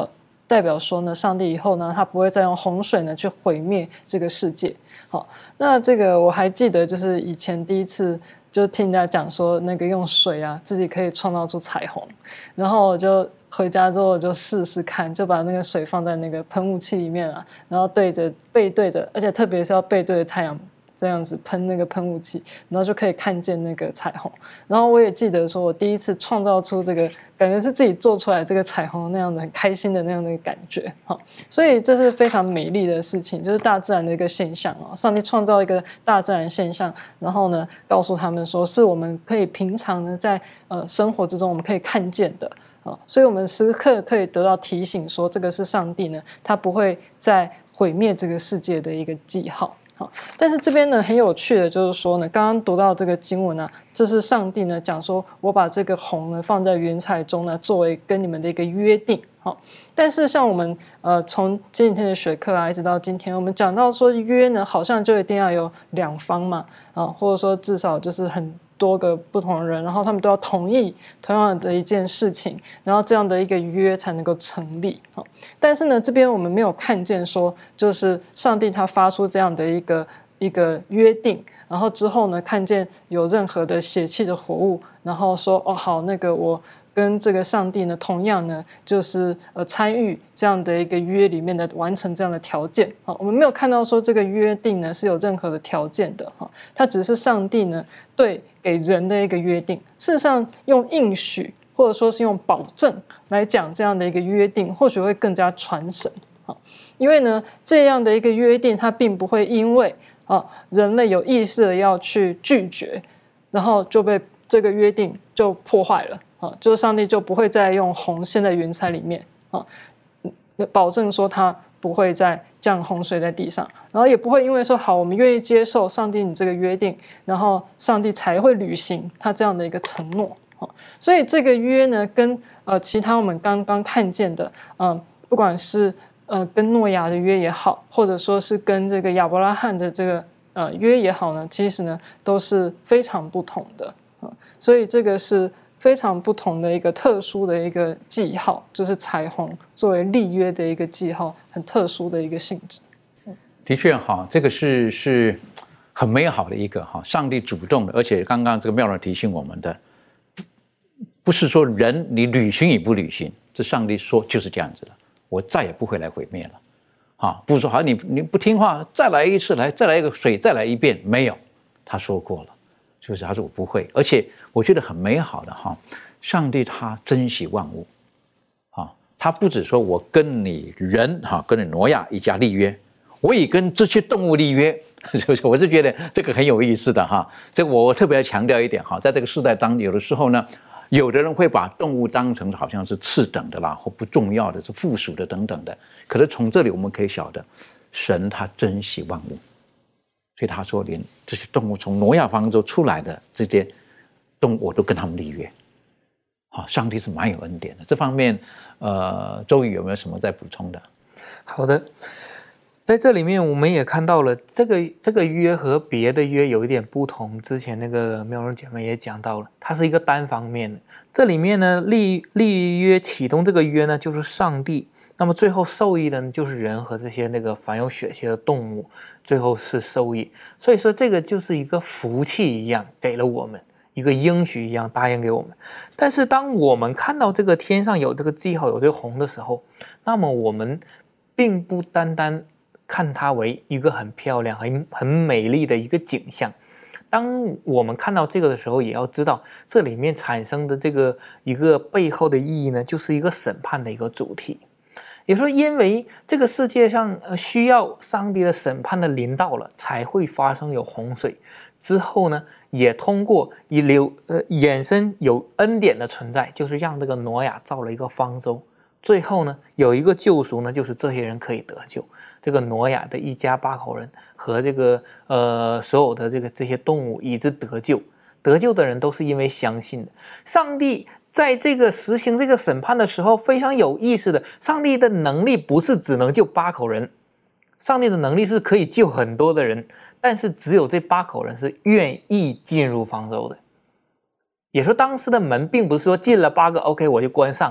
代表说呢，上帝以后呢，他不会再用洪水呢去毁灭这个世界。好，那这个我还记得，就是以前第一次就听人家讲说，那个用水啊，自己可以创造出彩虹，然后我就回家之后我就试试看，就把那个水放在那个喷雾器里面啊，然后对着背对着，而且特别是要背对着太阳。这样子喷那个喷雾器，然后就可以看见那个彩虹。然后我也记得说，我第一次创造出这个，感觉是自己做出来这个彩虹那样的很开心的那样的感觉。哈，所以这是非常美丽的事情，就是大自然的一个现象啊。上帝创造一个大自然现象，然后呢，告诉他们说，是我们可以平常呢在呃生活之中我们可以看见的啊。所以我们时刻可以得到提醒，说这个是上帝呢，他不会再毁灭这个世界的一个记号。好，但是这边呢很有趣的就是说呢，刚刚读到这个经文啊，这是上帝呢讲说，我把这个红呢放在云彩中呢，作为跟你们的一个约定。好，但是像我们呃从前几天的学课啊，一直到今天，我们讲到说约呢，好像就一定要有两方嘛，啊，或者说至少就是很多个不同的人，然后他们都要同意同样的一件事情，然后这样的一个约才能够成立。好，但是呢，这边我们没有看见说，就是上帝他发出这样的一个一个约定，然后之后呢，看见有任何的血气的活物，然后说哦好，那个我跟这个上帝呢，同样呢，就是呃参与这样的一个约里面的完成这样的条件。好，我们没有看到说这个约定呢是有任何的条件的哈，它只是上帝呢对给人的一个约定。事实上，用应许或者说是用保证来讲这样的一个约定，或许会更加传神。好，因为呢这样的一个约定，它并不会因为啊人类有意识的要去拒绝，然后就被这个约定就破坏了。啊，就是上帝就不会再用红线在云彩里面啊，保证说他不会再降洪水在地上，然后也不会因为说好我们愿意接受上帝你这个约定，然后上帝才会履行他这样的一个承诺。啊，所以这个约呢，跟呃其他我们刚刚看见的，嗯、呃，不管是呃跟诺亚的约也好，或者说是跟这个亚伯拉罕的这个呃约也好呢，其实呢都是非常不同的啊，所以这个是非常不同的一个特殊的一个记号，就是彩虹作为立约的一个记号，很特殊的一个性质。 的确哈，这个是是很美好的一个哈，上帝主动的，而且刚刚这个妙人提醒我们的，不是说人你履行与不履行，这上帝说就是这样子的，我再也不会来毁灭了，啊，不是说好你你不听话，再来一次来，再来一个水，再来一遍，没有，他说过了。就是他说我不会，而且我觉得很美好的哈，上帝他珍惜万物，啊，他不只说我跟你人哈，跟你挪亚一家立约，我也跟这些动物立约，我是觉得这个很有意思的哈。这个我特别要强调一点哈，在这个时代当中，有的时候呢，有的人会把动物当成好像是次等的啦，或不重要的，是附属的等等的。可是从这里我们可以晓得，神他珍惜万物。所以他说，连这些动物从挪亚方舟出来的这些动物，我都跟他们立约。好，上帝是蛮有恩典的。这方面，呃，周瑜有没有什么再补充的？ 好的，在这里面我们也看到了这个这个约和别的约有一点不同。之前那个妙容姐妹也讲到了，它是一个单方面的。这里面呢，立立约启动这个约呢，就是上帝。那么最后受益的呢，就是人和这些那个凡有血气的动物，最后是受益。所以说，这个就是一个福气一样给了我们，一个应许一样答应给我们。但是当我们看到这个天上有这个记号，有这个红的时候，那么我们并不单单看它为一个很漂亮、很很美丽的一个景象。当我们看到这个的时候，也要知道这里面产生的这个一个背后的意义呢，就是一个审判的一个主题。也就是说，因为这个世界上需要上帝的审判的临到了，才会发生有洪水。之后呢，也通过一流呃衍生有恩典的存在，就是让这个挪亚造了一个方舟。最后呢，有一个救赎呢，就是这些人可以得救。这个挪亚的一家八口人和这个呃所有的这个这些动物以致得救。得救的人都是因为相信的。上帝在这个实行这个审判的时候，非常有意思的，上帝的能力不是只能救八口人，上帝的能力是可以救很多的人，但是只有这八口人是愿意进入方舟的。也说当时的门并不是说进了八个 OK 我就关上了，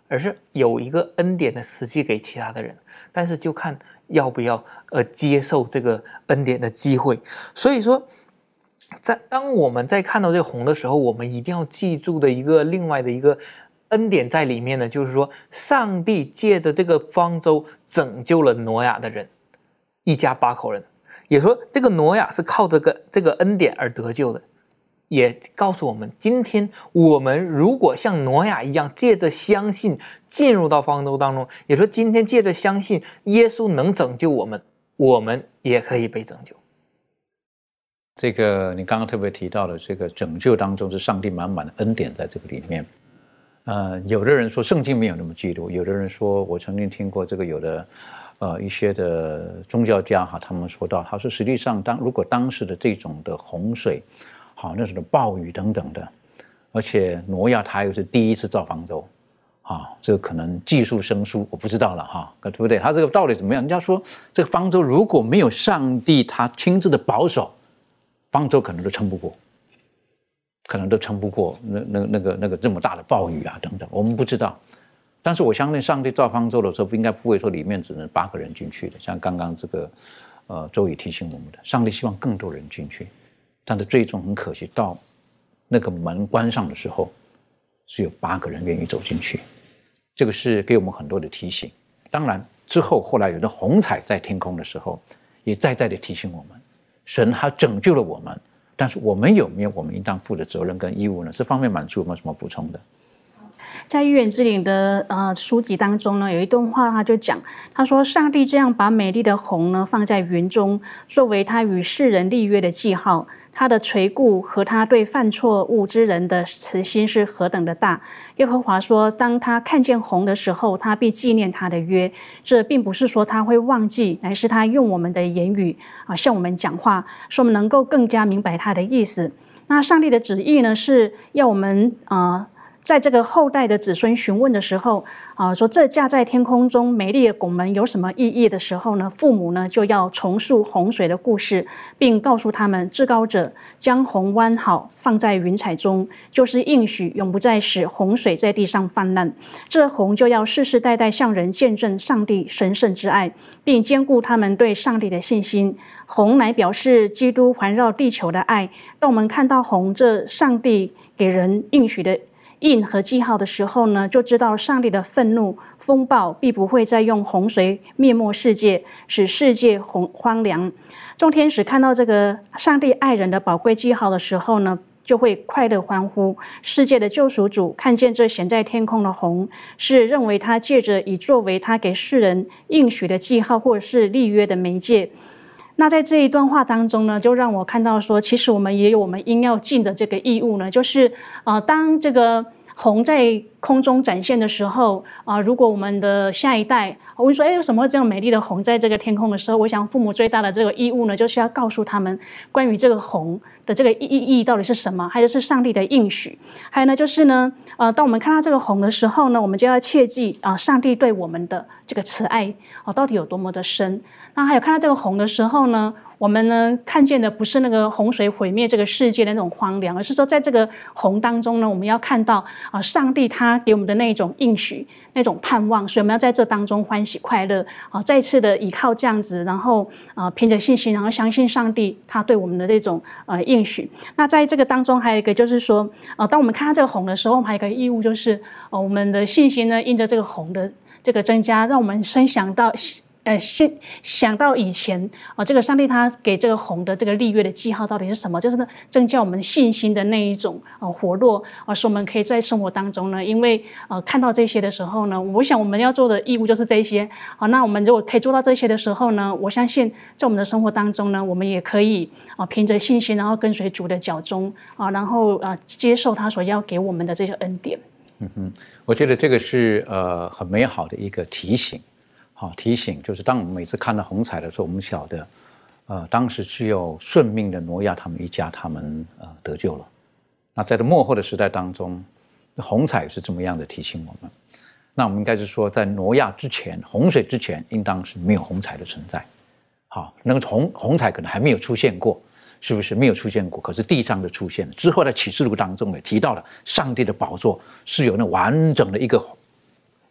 而是有一个恩典的实际给其他的人，但是就看要不要呃接受这个恩典的机会。所以说，在当我们在看到这个红的时候，我们一定要记住的一个另外的一个恩典在里面呢，就是说上帝借着这个方舟拯救了挪亚的人，一家八口人，也说这个挪亚是靠这个这个恩典而得救的。也告诉我们，今天我们如果像挪亚一样，借着相信进入到方舟当中，也说今天借着相信耶稣能拯救我们，我们也可以被拯救。 这个你刚刚特别提到的这个拯救当中是上帝满满的恩典在这个里面。呃，有的人说圣经没有那么记录，有的人说我曾经听过这个有的呃一些的宗教家哈，他们说到，他说实际上当如果当时的这种的洪水，好那种的暴雨等等的，而且挪亚他又是第一次造方舟，啊，这个可能技术生疏，我不知道了哈，对不对？他这个到底怎么样？人家说这个方舟如果没有上帝他亲自的保守，方舟可能都撑不过，可能都撑不过那那那个那个这么大的暴雨啊等等，我们不知道。但是我相信上帝造方舟的时候，应该不会说里面只能八个人进去的，像刚刚这个呃周宇提醒我们的，上帝希望更多人进去。但是最终很可惜，到那个门关上的时候，只有八个人愿意走进去。这个是给我们很多的提醒。当然之后后来有的虹彩在天空的时候，也再再的提醒我们，神他拯救了我们，但是我们有没有我们应当负的责任跟义务呢？这方面满处有没有什么补充的？ 在预言之灵的呃书籍当中呢，有一段话，他就讲，他说上帝这样把美丽的虹呢放在云中，作为他与世人立约的记号。他的垂顾和他对犯错误之人的慈心是何等的大。耶和华说，当他看见虹的时候，他必纪念他的约。这并不是说他会忘记，乃是他用我们的言语啊向我们讲话，使我们能够更加明白他的意思。那上帝的旨意呢，是要我们啊。呃在这个后代的子孙询问的时候，啊，说这架在天空中美丽的拱门有什么意义的时候呢，父母呢就要重述洪水的故事，并告诉他们，至高者将虹弯好放在云彩中，就是应许永不再使洪水在地上泛滥。这虹就要世世代代向人见证上帝神圣之爱，并坚固他们对上帝的信心。虹乃表示基督环绕地球的爱。当我们看到虹这上帝给人应许的印和记号的时候呢，就知道上帝的愤怒风暴必不会再用洪水灭没世界，使世界荒凉。众天使看到这个上帝爱人的宝贵记号的时候呢，就会快乐欢呼。世界的救赎主看见这显在天空的虹，是认为他借着以作为他给世人应许的记号，或者是立约的媒介。那在这一段话当中呢，就让我看到说，其实我们也有我们应要尽的这个义务呢，就是呃，当这个虹在空中展现的时候啊、呃，如果我们的下一代我们说，哎，有什么这样美丽的虹在这个天空的时候，我想父母最大的这个义务呢，就是要告诉他们关于这个虹的这个意义到底是什么，还有是上帝的应许，还有呢就是呢，呃，当我们看到这个虹的时候呢，我们就要切记啊、呃，上帝对我们的这个慈爱啊、呃，到底有多么的深。那还有看到这个虹的时候呢，我们呢看见的不是那个洪水毁灭这个世界的那种荒凉，而是说在这个虹当中呢，我们要看到啊、呃，上帝他给我们的那种应许、那种盼望，所以我们要在这当中欢喜快乐啊、呃，再次的依靠这样子，然后啊、呃、凭着信心，然后相信上帝他对我们的这种呃应许。那在这个当中还有一个就是说，呃，当我们看到这个虹的时候，我们还有一个义务就是，呃，我们的信心呢，因着这个虹的这个增加，让我们深想到。呃，想想到以前啊、呃，这个上帝他给这个虹的这个立约的记号到底是什么？就是呢，增加我们信心的那一种呃活络啊、呃，使我们可以在生活当中呢，因为呃看到这些的时候呢，我想我们要做的义务就是这些啊、呃。那我们如果可以做到这些的时候呢，我相信在我们的生活当中呢，我们也可以啊、呃、凭着信心，然后跟随主的脚踪啊、呃，然后啊、呃、接受他所要给我们的这些恩典。 嗯哼，我觉得这个是呃很美好的一个提醒。好，提醒就是当我们每次看到虹彩的时候，我们晓得，呃，当时只有顺命的挪亚他们一家，他们呃得救了。那在这末后的时代当中，虹彩是怎么样的提醒我们？那我们应该是说，在挪亚之前，洪水之前，应当是没有虹彩的存在。好，那个虹虹彩可能还没有出现过，是不是没有出现过？可是地上的出现了之后，在启示录当中也提到了，上帝的宝座是有那完整的一个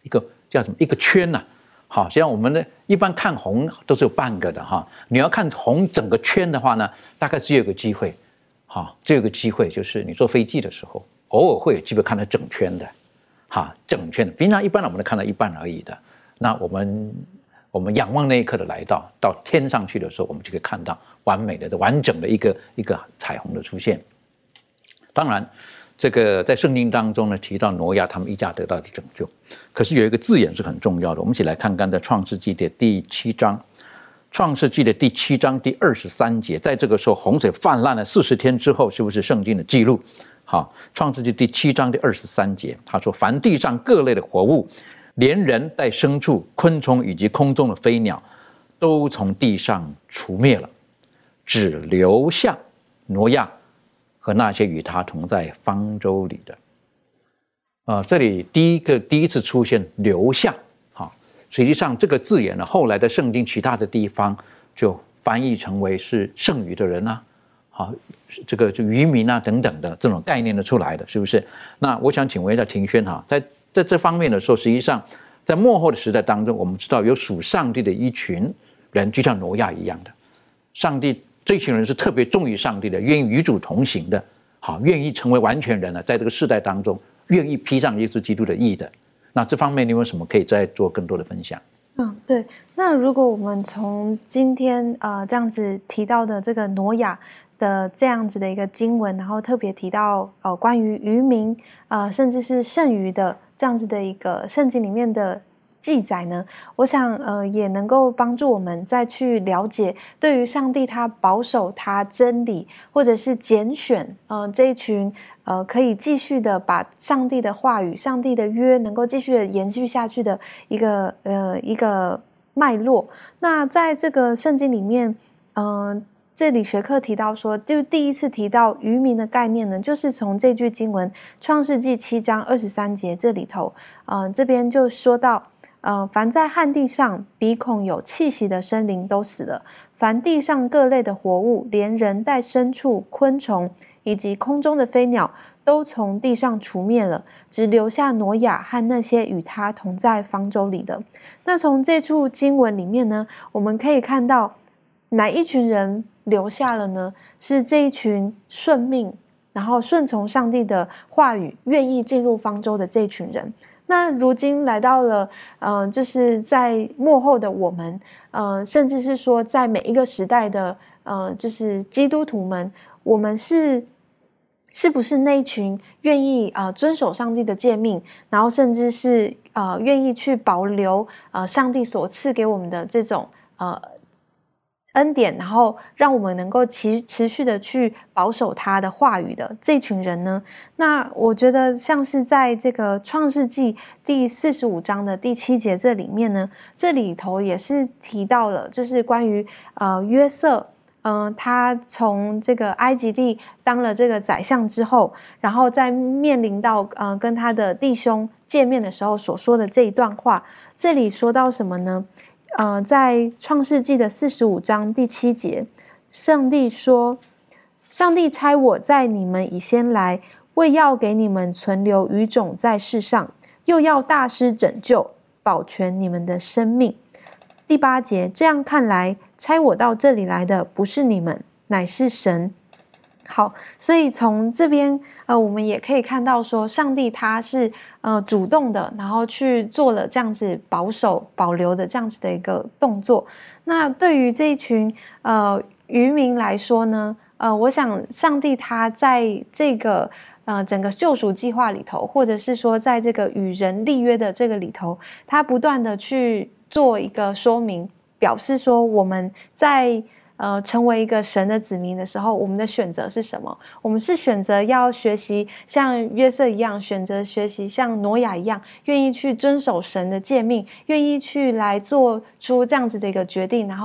一个叫什么一个圈呐、啊。好，像我们的一般看红都是有半个的哈，你要看红整个圈的话呢，大概只有一个机会，哈，只有一个机会就是你坐飞机的时候，偶尔会有机会看到整圈的，哈，整圈的。平常一般我们都看到一半而已的。那我们我们仰望那一刻的来到，到天上去的时候，我们就可以看到完美的、完整的一个一个彩虹的出现。当然，这个在圣经当中呢提到挪亚他们一家得到的拯救，可是有一个字眼是很重要的，我们一起来看看在创世纪的第七章，创世纪的第七章第二十三节，在这个时候洪水泛滥了四十天之后，是不是圣经的记录？好，创世纪第七章第二十三节，他说：凡地上各类的活物，连人带牲畜、昆虫以及空中的飞鸟，都从地上除灭了，只留下挪亚和那些与他同在方舟里的。呃，这里第一个第一次出现留下，哈，实际上这个字眼呢，后来的圣经其他的地方就翻译成为是剩余的人啊，好，这个就渔民啊等等的这种概念的出来的，是不是？那我想请问一下庭轩哈，在在这方面的时候，实际上在末后的时代当中，我们知道有属上帝的一群人，就像挪亚一样的，上帝。这群人是特别忠于上帝的，愿意与主同行的，好，愿意成为完全人了，在这个世代当中，愿意披上耶稣基督的义的。那这方面你有什么可以再做更多的分享？ 嗯，对。那如果我们从今天呃这样子提到的这个挪亚的这样子的一个经文，然后特别提到呃关于渔民呃甚至是剩余的这样子的一个圣经里面的记载呢，我想呃也能够帮助我们再去了解，对于上帝他保守他真理，或者是拣选呃这一群呃可以继续的把上帝的话语、上帝的约能够继续的延续下去的一个呃一个脉络。那在这个圣经里面，嗯、呃。这里学课提到说，就第一次提到渔民的概念呢，就是从这句经文《创世纪》七章二十三节这里头，呃，这边就说到，呃，凡在旱地上鼻孔有气息的生灵都死了，凡地上各类的活物，连人带牲畜、昆虫以及空中的飞鸟，都从地上除灭了，只留下挪亚和那些与他同在方舟里的。那从这处经文里面呢，我们可以看到哪一群人留下了呢？是这一群顺命，然后顺从上帝的话语，愿意进入方舟的这一群人。那如今来到了，呃，就是在末后的我们，呃，甚至是说在每一个时代的，呃，就是基督徒们，我们是是不是那一群愿意呃遵守上帝的诫命，然后甚至是呃愿意去保留呃上帝所赐给我们的这种呃。恩典，然后让我们能够持持续的去保守他的话语的这群人呢？那我觉得像是在这个创世纪第四十五章的第七节这里面呢，这里头也是提到了，就是关于呃约瑟，嗯、呃，他从这个埃及地当了这个宰相之后，然后在面临到呃跟他的弟兄见面的时候所说的这一段话，这里说到什么呢？呃，在创世纪的四十五章第七节，上帝说：“上帝差我在你们以先来，为要给你们存留余种在世上，又要大施拯救，保全你们的生命。”第八节，这样看来，差我到这里来的不是你们，乃是神。好，所以从这边呃，我们也可以看到说，上帝他是呃主动的，然后去做了这样子保守保留的这样子的一个动作。那对于这一群呃渔民来说呢，呃，我想上帝他在这个呃整个救赎计划里头，或者是说在这个与人立约的这个里头，他不断的去做一个说明，表示说我们在呃，成为一个神的子民的时候，我们的选择是什么？我们是选择要学习像约瑟一样，选择学习像挪亚一样，愿意去遵守神的诫命，愿意去来做出这样子的一个决定，然后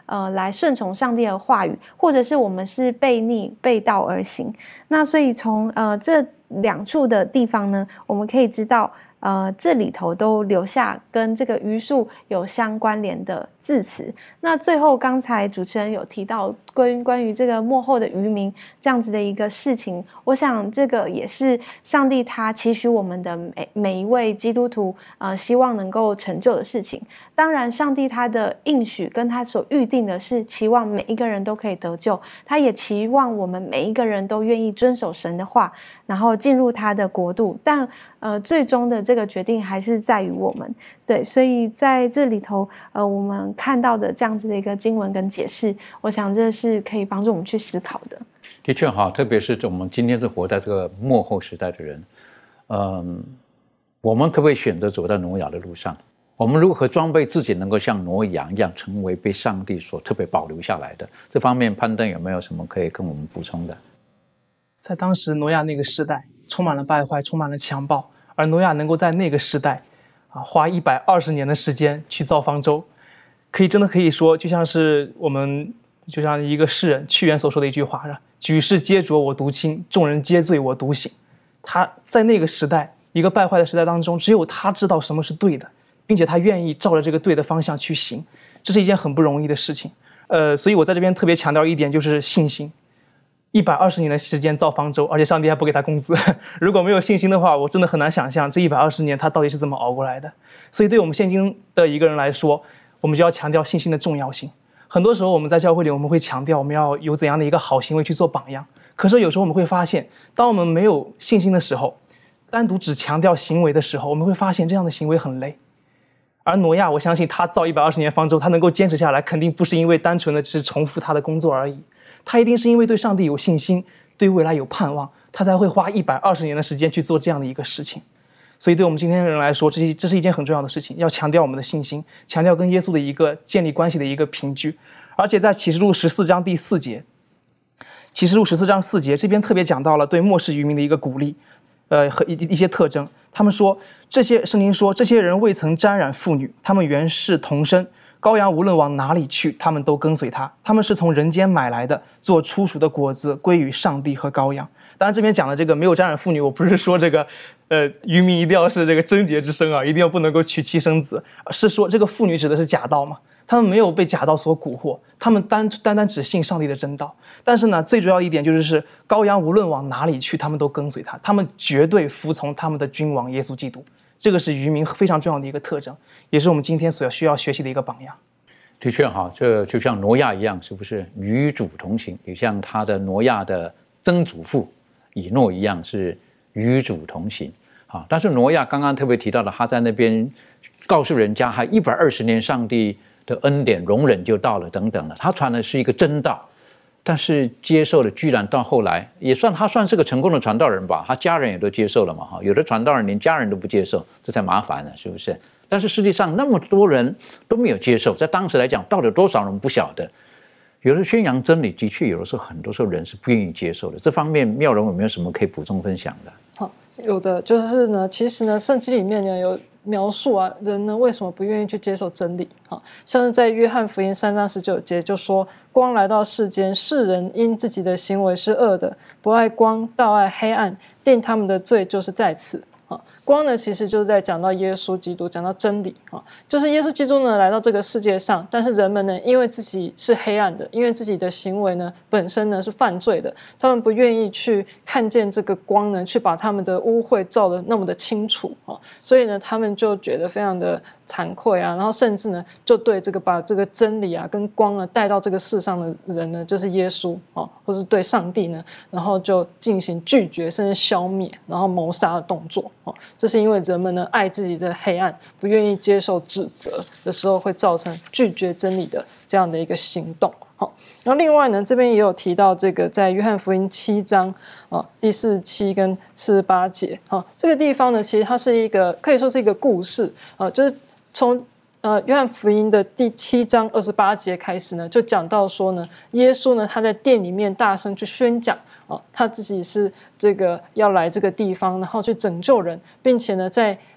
呃来顺从上帝的话语，或者是我们是背逆背道而行。那所以从呃这两处的地方呢，我们可以知道。呃，这里头都留下跟这个余数有相关联的字词。那最后，刚才主持人有提到关于关于这个末后的渔民这样子的一个事情，我想这个也是上帝他期许我们的每每一位基督徒，呃，希望能够成就的事情。当然，上帝他的应许跟他所预定的是期望每一个人都可以得救，他也期望我们每一个人都愿意遵守神的话，然后进入他的国度。但呃，最终的这个决定还是在于我们，对，所以在这里头，呃，我们看到的这样子的一个经文跟解释，我想这是可以帮助我们去思考的。 的确哈，特别是我们今天是活在这个末后时代的人，嗯，我们可不可以选择走在挪亚的路上？我们如何装备自己，能够像挪亚一样，成为被上帝所特别保留下来的？这方面，攀登有没有什么可以跟我们补充的？ 在当时挪亚那个时代，充满了败坏，充满了强暴，而挪亚能够在那个时代啊，花一百二十年的时间去造方舟，可以真的可以说，就像是我们就像一个诗人屈原所说的一句话是：举世皆浊我独清，众人皆醉我独醒。他在那个时代，一个败坏的时代当中，只有他知道什么是对的，并且他愿意照着这个对的方向去行，这是一件很不容易的事情。呃，所以我在这边特别强调一点，就是信心。一百二十年的时间造方舟，而且上帝还不给他工资。如果没有信心的话，我真的很难想象这一百二十年他到底是怎么熬过来的。所以对我们现今的一个人来说，我们就要强调信心的重要性。很多时候我们在教会里，我们会强调我们要有怎样的一个好行为去做榜样。可是有时候我们会发现，当我们没有信心的时候，单独只强调行为的时候，我们会发现这样的行为很累。而挪亚，我相信他造一百二十年方舟，他能够坚持下来，肯定不是因为单纯的只是重复他的工作而已。他一定是因为对上帝有信心，对未来有盼望，他才会花一百二十年的时间去做这样的一个事情。所以对我们今天的人来说，这是这是一件很重要的事情，要强调我们的信心，强调跟耶稣的一个建立关系的一个凭据。而且在启示录十四章第四节，启示录十四章四节这边特别讲到了对末世渔民的一个鼓励，呃和一一些特征。他们说，这些圣经说，这些人未曾沾染妇女，他们原是童身。羔羊无论往哪里去，他们都跟随他。他们是从人间买来的，做初熟的果子，归于上帝和羔羊。当然，这边讲的这个没有沾染妇女，我不是说这个，呃，渔民一定要是这个贞洁之身啊，一定要不能够娶妻生子，是说这个妇女指的是假道嘛？他们没有被假道所蛊惑，他们单单单只信上帝的真道。但是呢，最主要一点就是是羔羊无论往哪里去，他们都跟随他，他们绝对服从他们的君王耶稣基督。这个是渔民非常重要的一个特征，也是我们今天所需要学习的一个榜样。 的确哈，这就像挪亚一样，是不是与主同行？也像他的挪亚的曾祖父以诺一样，是与主同行。啊，但是挪亚刚刚特别提到的，他在那边告诉人家，还一百二十年上帝的恩典容忍就到了等等的，他传的是一个真道。但是接受了，居然到后来也算他算是个成功的传道人吧，他家人也都接受了嘛，哈，有的传道人连家人都不接受，这才麻烦呢，是不是？但是实际上那么多人都没有接受，在当时来讲，到底有多少人不晓得？有的宣扬真理，的确有的时候很多时候人是不愿意接受的。这方面妙容有没有什么可以补充分享的？ 好，有的就是呢，其实呢，圣经里面呢有描述啊，人呢为什么不愿意去接受真理？哈，像是在约翰福音三章十九节就说，光来到世间，世人因自己的行为是恶的，不爱光，倒爱黑暗，定他们的罪就是在此。光呢，其实就是在讲到耶稣基督，讲到真理啊，就是耶稣基督呢来到这个世界上，但是人们呢，因为自己是黑暗的，因为自己的行为呢本身呢是犯罪的，他们不愿意去看见这个光呢，去把他们的污秽照得那么的清楚啊，所以呢，他们就觉得非常的惭愧啊，然后甚至呢，就对这个把这个真理啊跟光呢带到这个世上的人呢，就是耶稣啊，或是对上帝呢，然后就进行拒绝，甚至消灭，然后谋杀的动作啊。这是因为人们呢爱自己的黑暗，不愿意接受指责的时候，会造成拒绝真理的这样的一个行动。好，然后另外呢，这边也有提到这个在约翰福音七章啊第四十七跟四十八节啊，这个地方呢，其实它是一个可以说是一个故事啊，就是从呃约翰福音的第七章二十八节开始呢，就讲到说呢，耶稣呢他在殿里面大声去宣讲。哦，他自己是这个要来这个地方，然后去拯救人，并且呢，在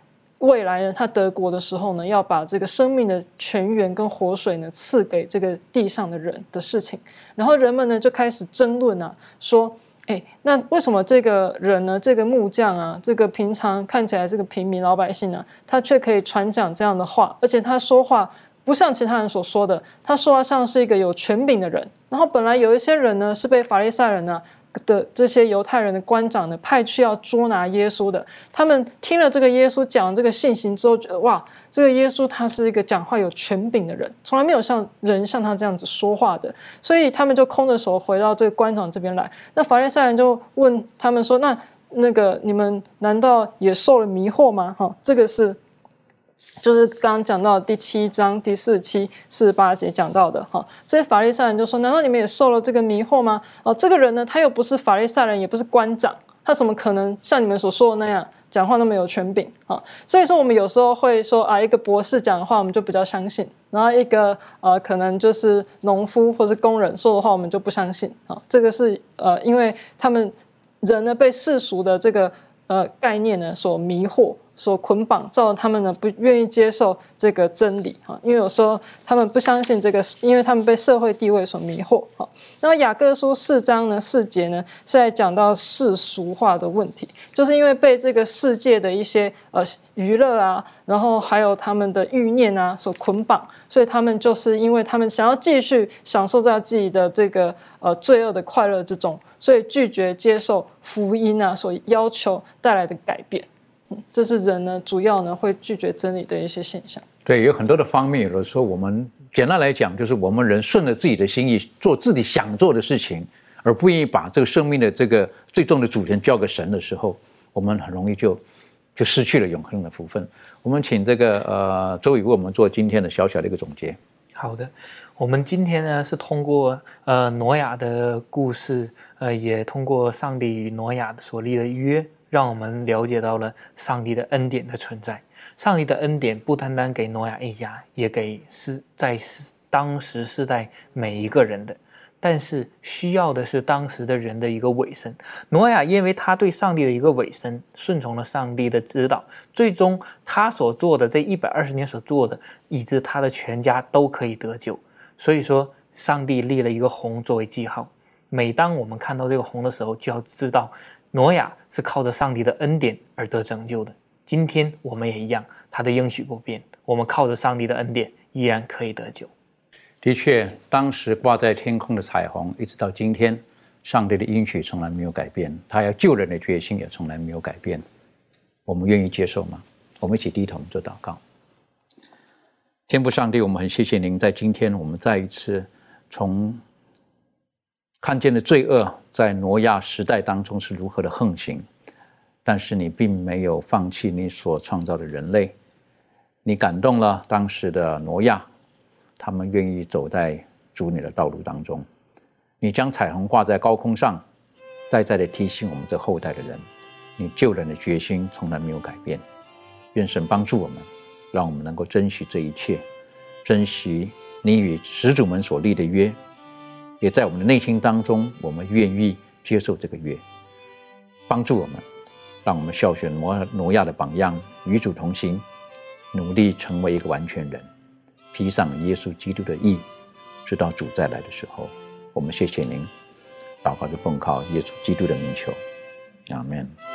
未来呢，他得国的时候呢，要把这个生命的泉源跟活水呢赐给这个地上的人的事情。然后人们呢就开始争论啊，说，哎，那为什么这个人呢，这个木匠啊，这个平常看起来是个平民老百姓啊，他却可以传讲这样的话，而且他说话不像其他人所说的，他说话像是一个有权柄的人。然后本来有一些人呢是被法利赛人啊的这些犹太人的官长呢派去要捉拿耶稣的，他们听了这个耶稣讲这个信息之后，觉得哇，这个耶稣他是一个讲话有权柄的人，从来没有像人像他这样子说话的，所以他们就空着手回到这个官长这边来。那法利赛人就问他们说，那那个你们难道也受了迷惑吗？哈，这个是就是刚刚讲到的第七章第四十七、四十八节讲到的哈，这些法利赛人就说：难道你们也受了这个迷惑吗？哦，这个人呢，他又不是法利赛人，也不是官长，他怎么可能像你们所说的那样讲话那么有权柄啊？所以说，我们有时候会说啊，一个博士讲的话，我们就比较相信；然后一个呃，可能就是农夫或是工人说的话，我们就不相信啊。这个是呃，因为他们人呢被世俗的这个呃概念呢所迷惑。所捆绑，造成他们呢不愿意接受这个真理哈，因为有时候他们不相信这个，因为他们被社会地位所迷惑哈。那么雅各书四章呢四节呢是在讲到世俗化的问题，就是因为被这个世界的一些呃娱乐啊，然后还有他们的欲念啊所捆绑，所以他们就是因为他们想要继续享受在自己的这个呃罪恶的快乐之中，所以拒绝接受福音啊所要求带来的改变。这是人呢，主要呢会拒绝真理的一些现象。 对，有很多的方面。有的时候我们简单来讲，就是我们人顺着自己的心意做自己想做的事情，而不愿意把这个生命的这个最终的主权交给神的时候，我们很容易就就失去了永恒的福分。我们请这个呃周宇为我们做今天的小小的一个总结。 好的，我们今天呢是通过呃挪亚的故事，呃也通过上帝与挪亚所立的约。让我们了解到了上帝的恩典的存在。上帝的恩典不单单给挪亚一家，也给是在当时世代每一个人的。但是需要的是当时的人的一个委身。挪亚因为他对上帝的一个委身，顺从了上帝的指导，最终他所做的这一百二十年所做的，以致他的全家都可以得救。所以说，上帝立了一个红作为记号。每当我们看到这个红的时候，就要知道。挪亚是靠着上帝的恩典而得拯救的，今天我们也一样，他的应许不变，我们靠着上帝的恩典依然可以得救。 的确，当时挂在天空的彩虹，一直到今天，上帝的应许从来没有改变，他要救人的决心也从来没有改变。我们愿意接受吗？我们一起低头做祷告。天父上帝，我们很谢谢您，在今天我们再一次从看见了罪恶在挪亚时代当中是如何的横行，但是你并没有放弃你所创造的人类，你感动了当时的挪亚，他们愿意走在主你的道路当中。你将彩虹挂在高空上，再再的提醒我们这后代的人，你救人的决心从来没有改变。愿神帮助我们，让我们能够珍惜这一切，珍惜你与始祖们所立的约，也在我们的内心当中，我们愿意接受这个约，帮助我们，让我们效选挪亚的榜样，与主同行，努力成为一个完全人，披上耶稣基督的义，直到主再来的时候。我们谢谢您，祷告是奉靠耶稣基督的名求，阿们。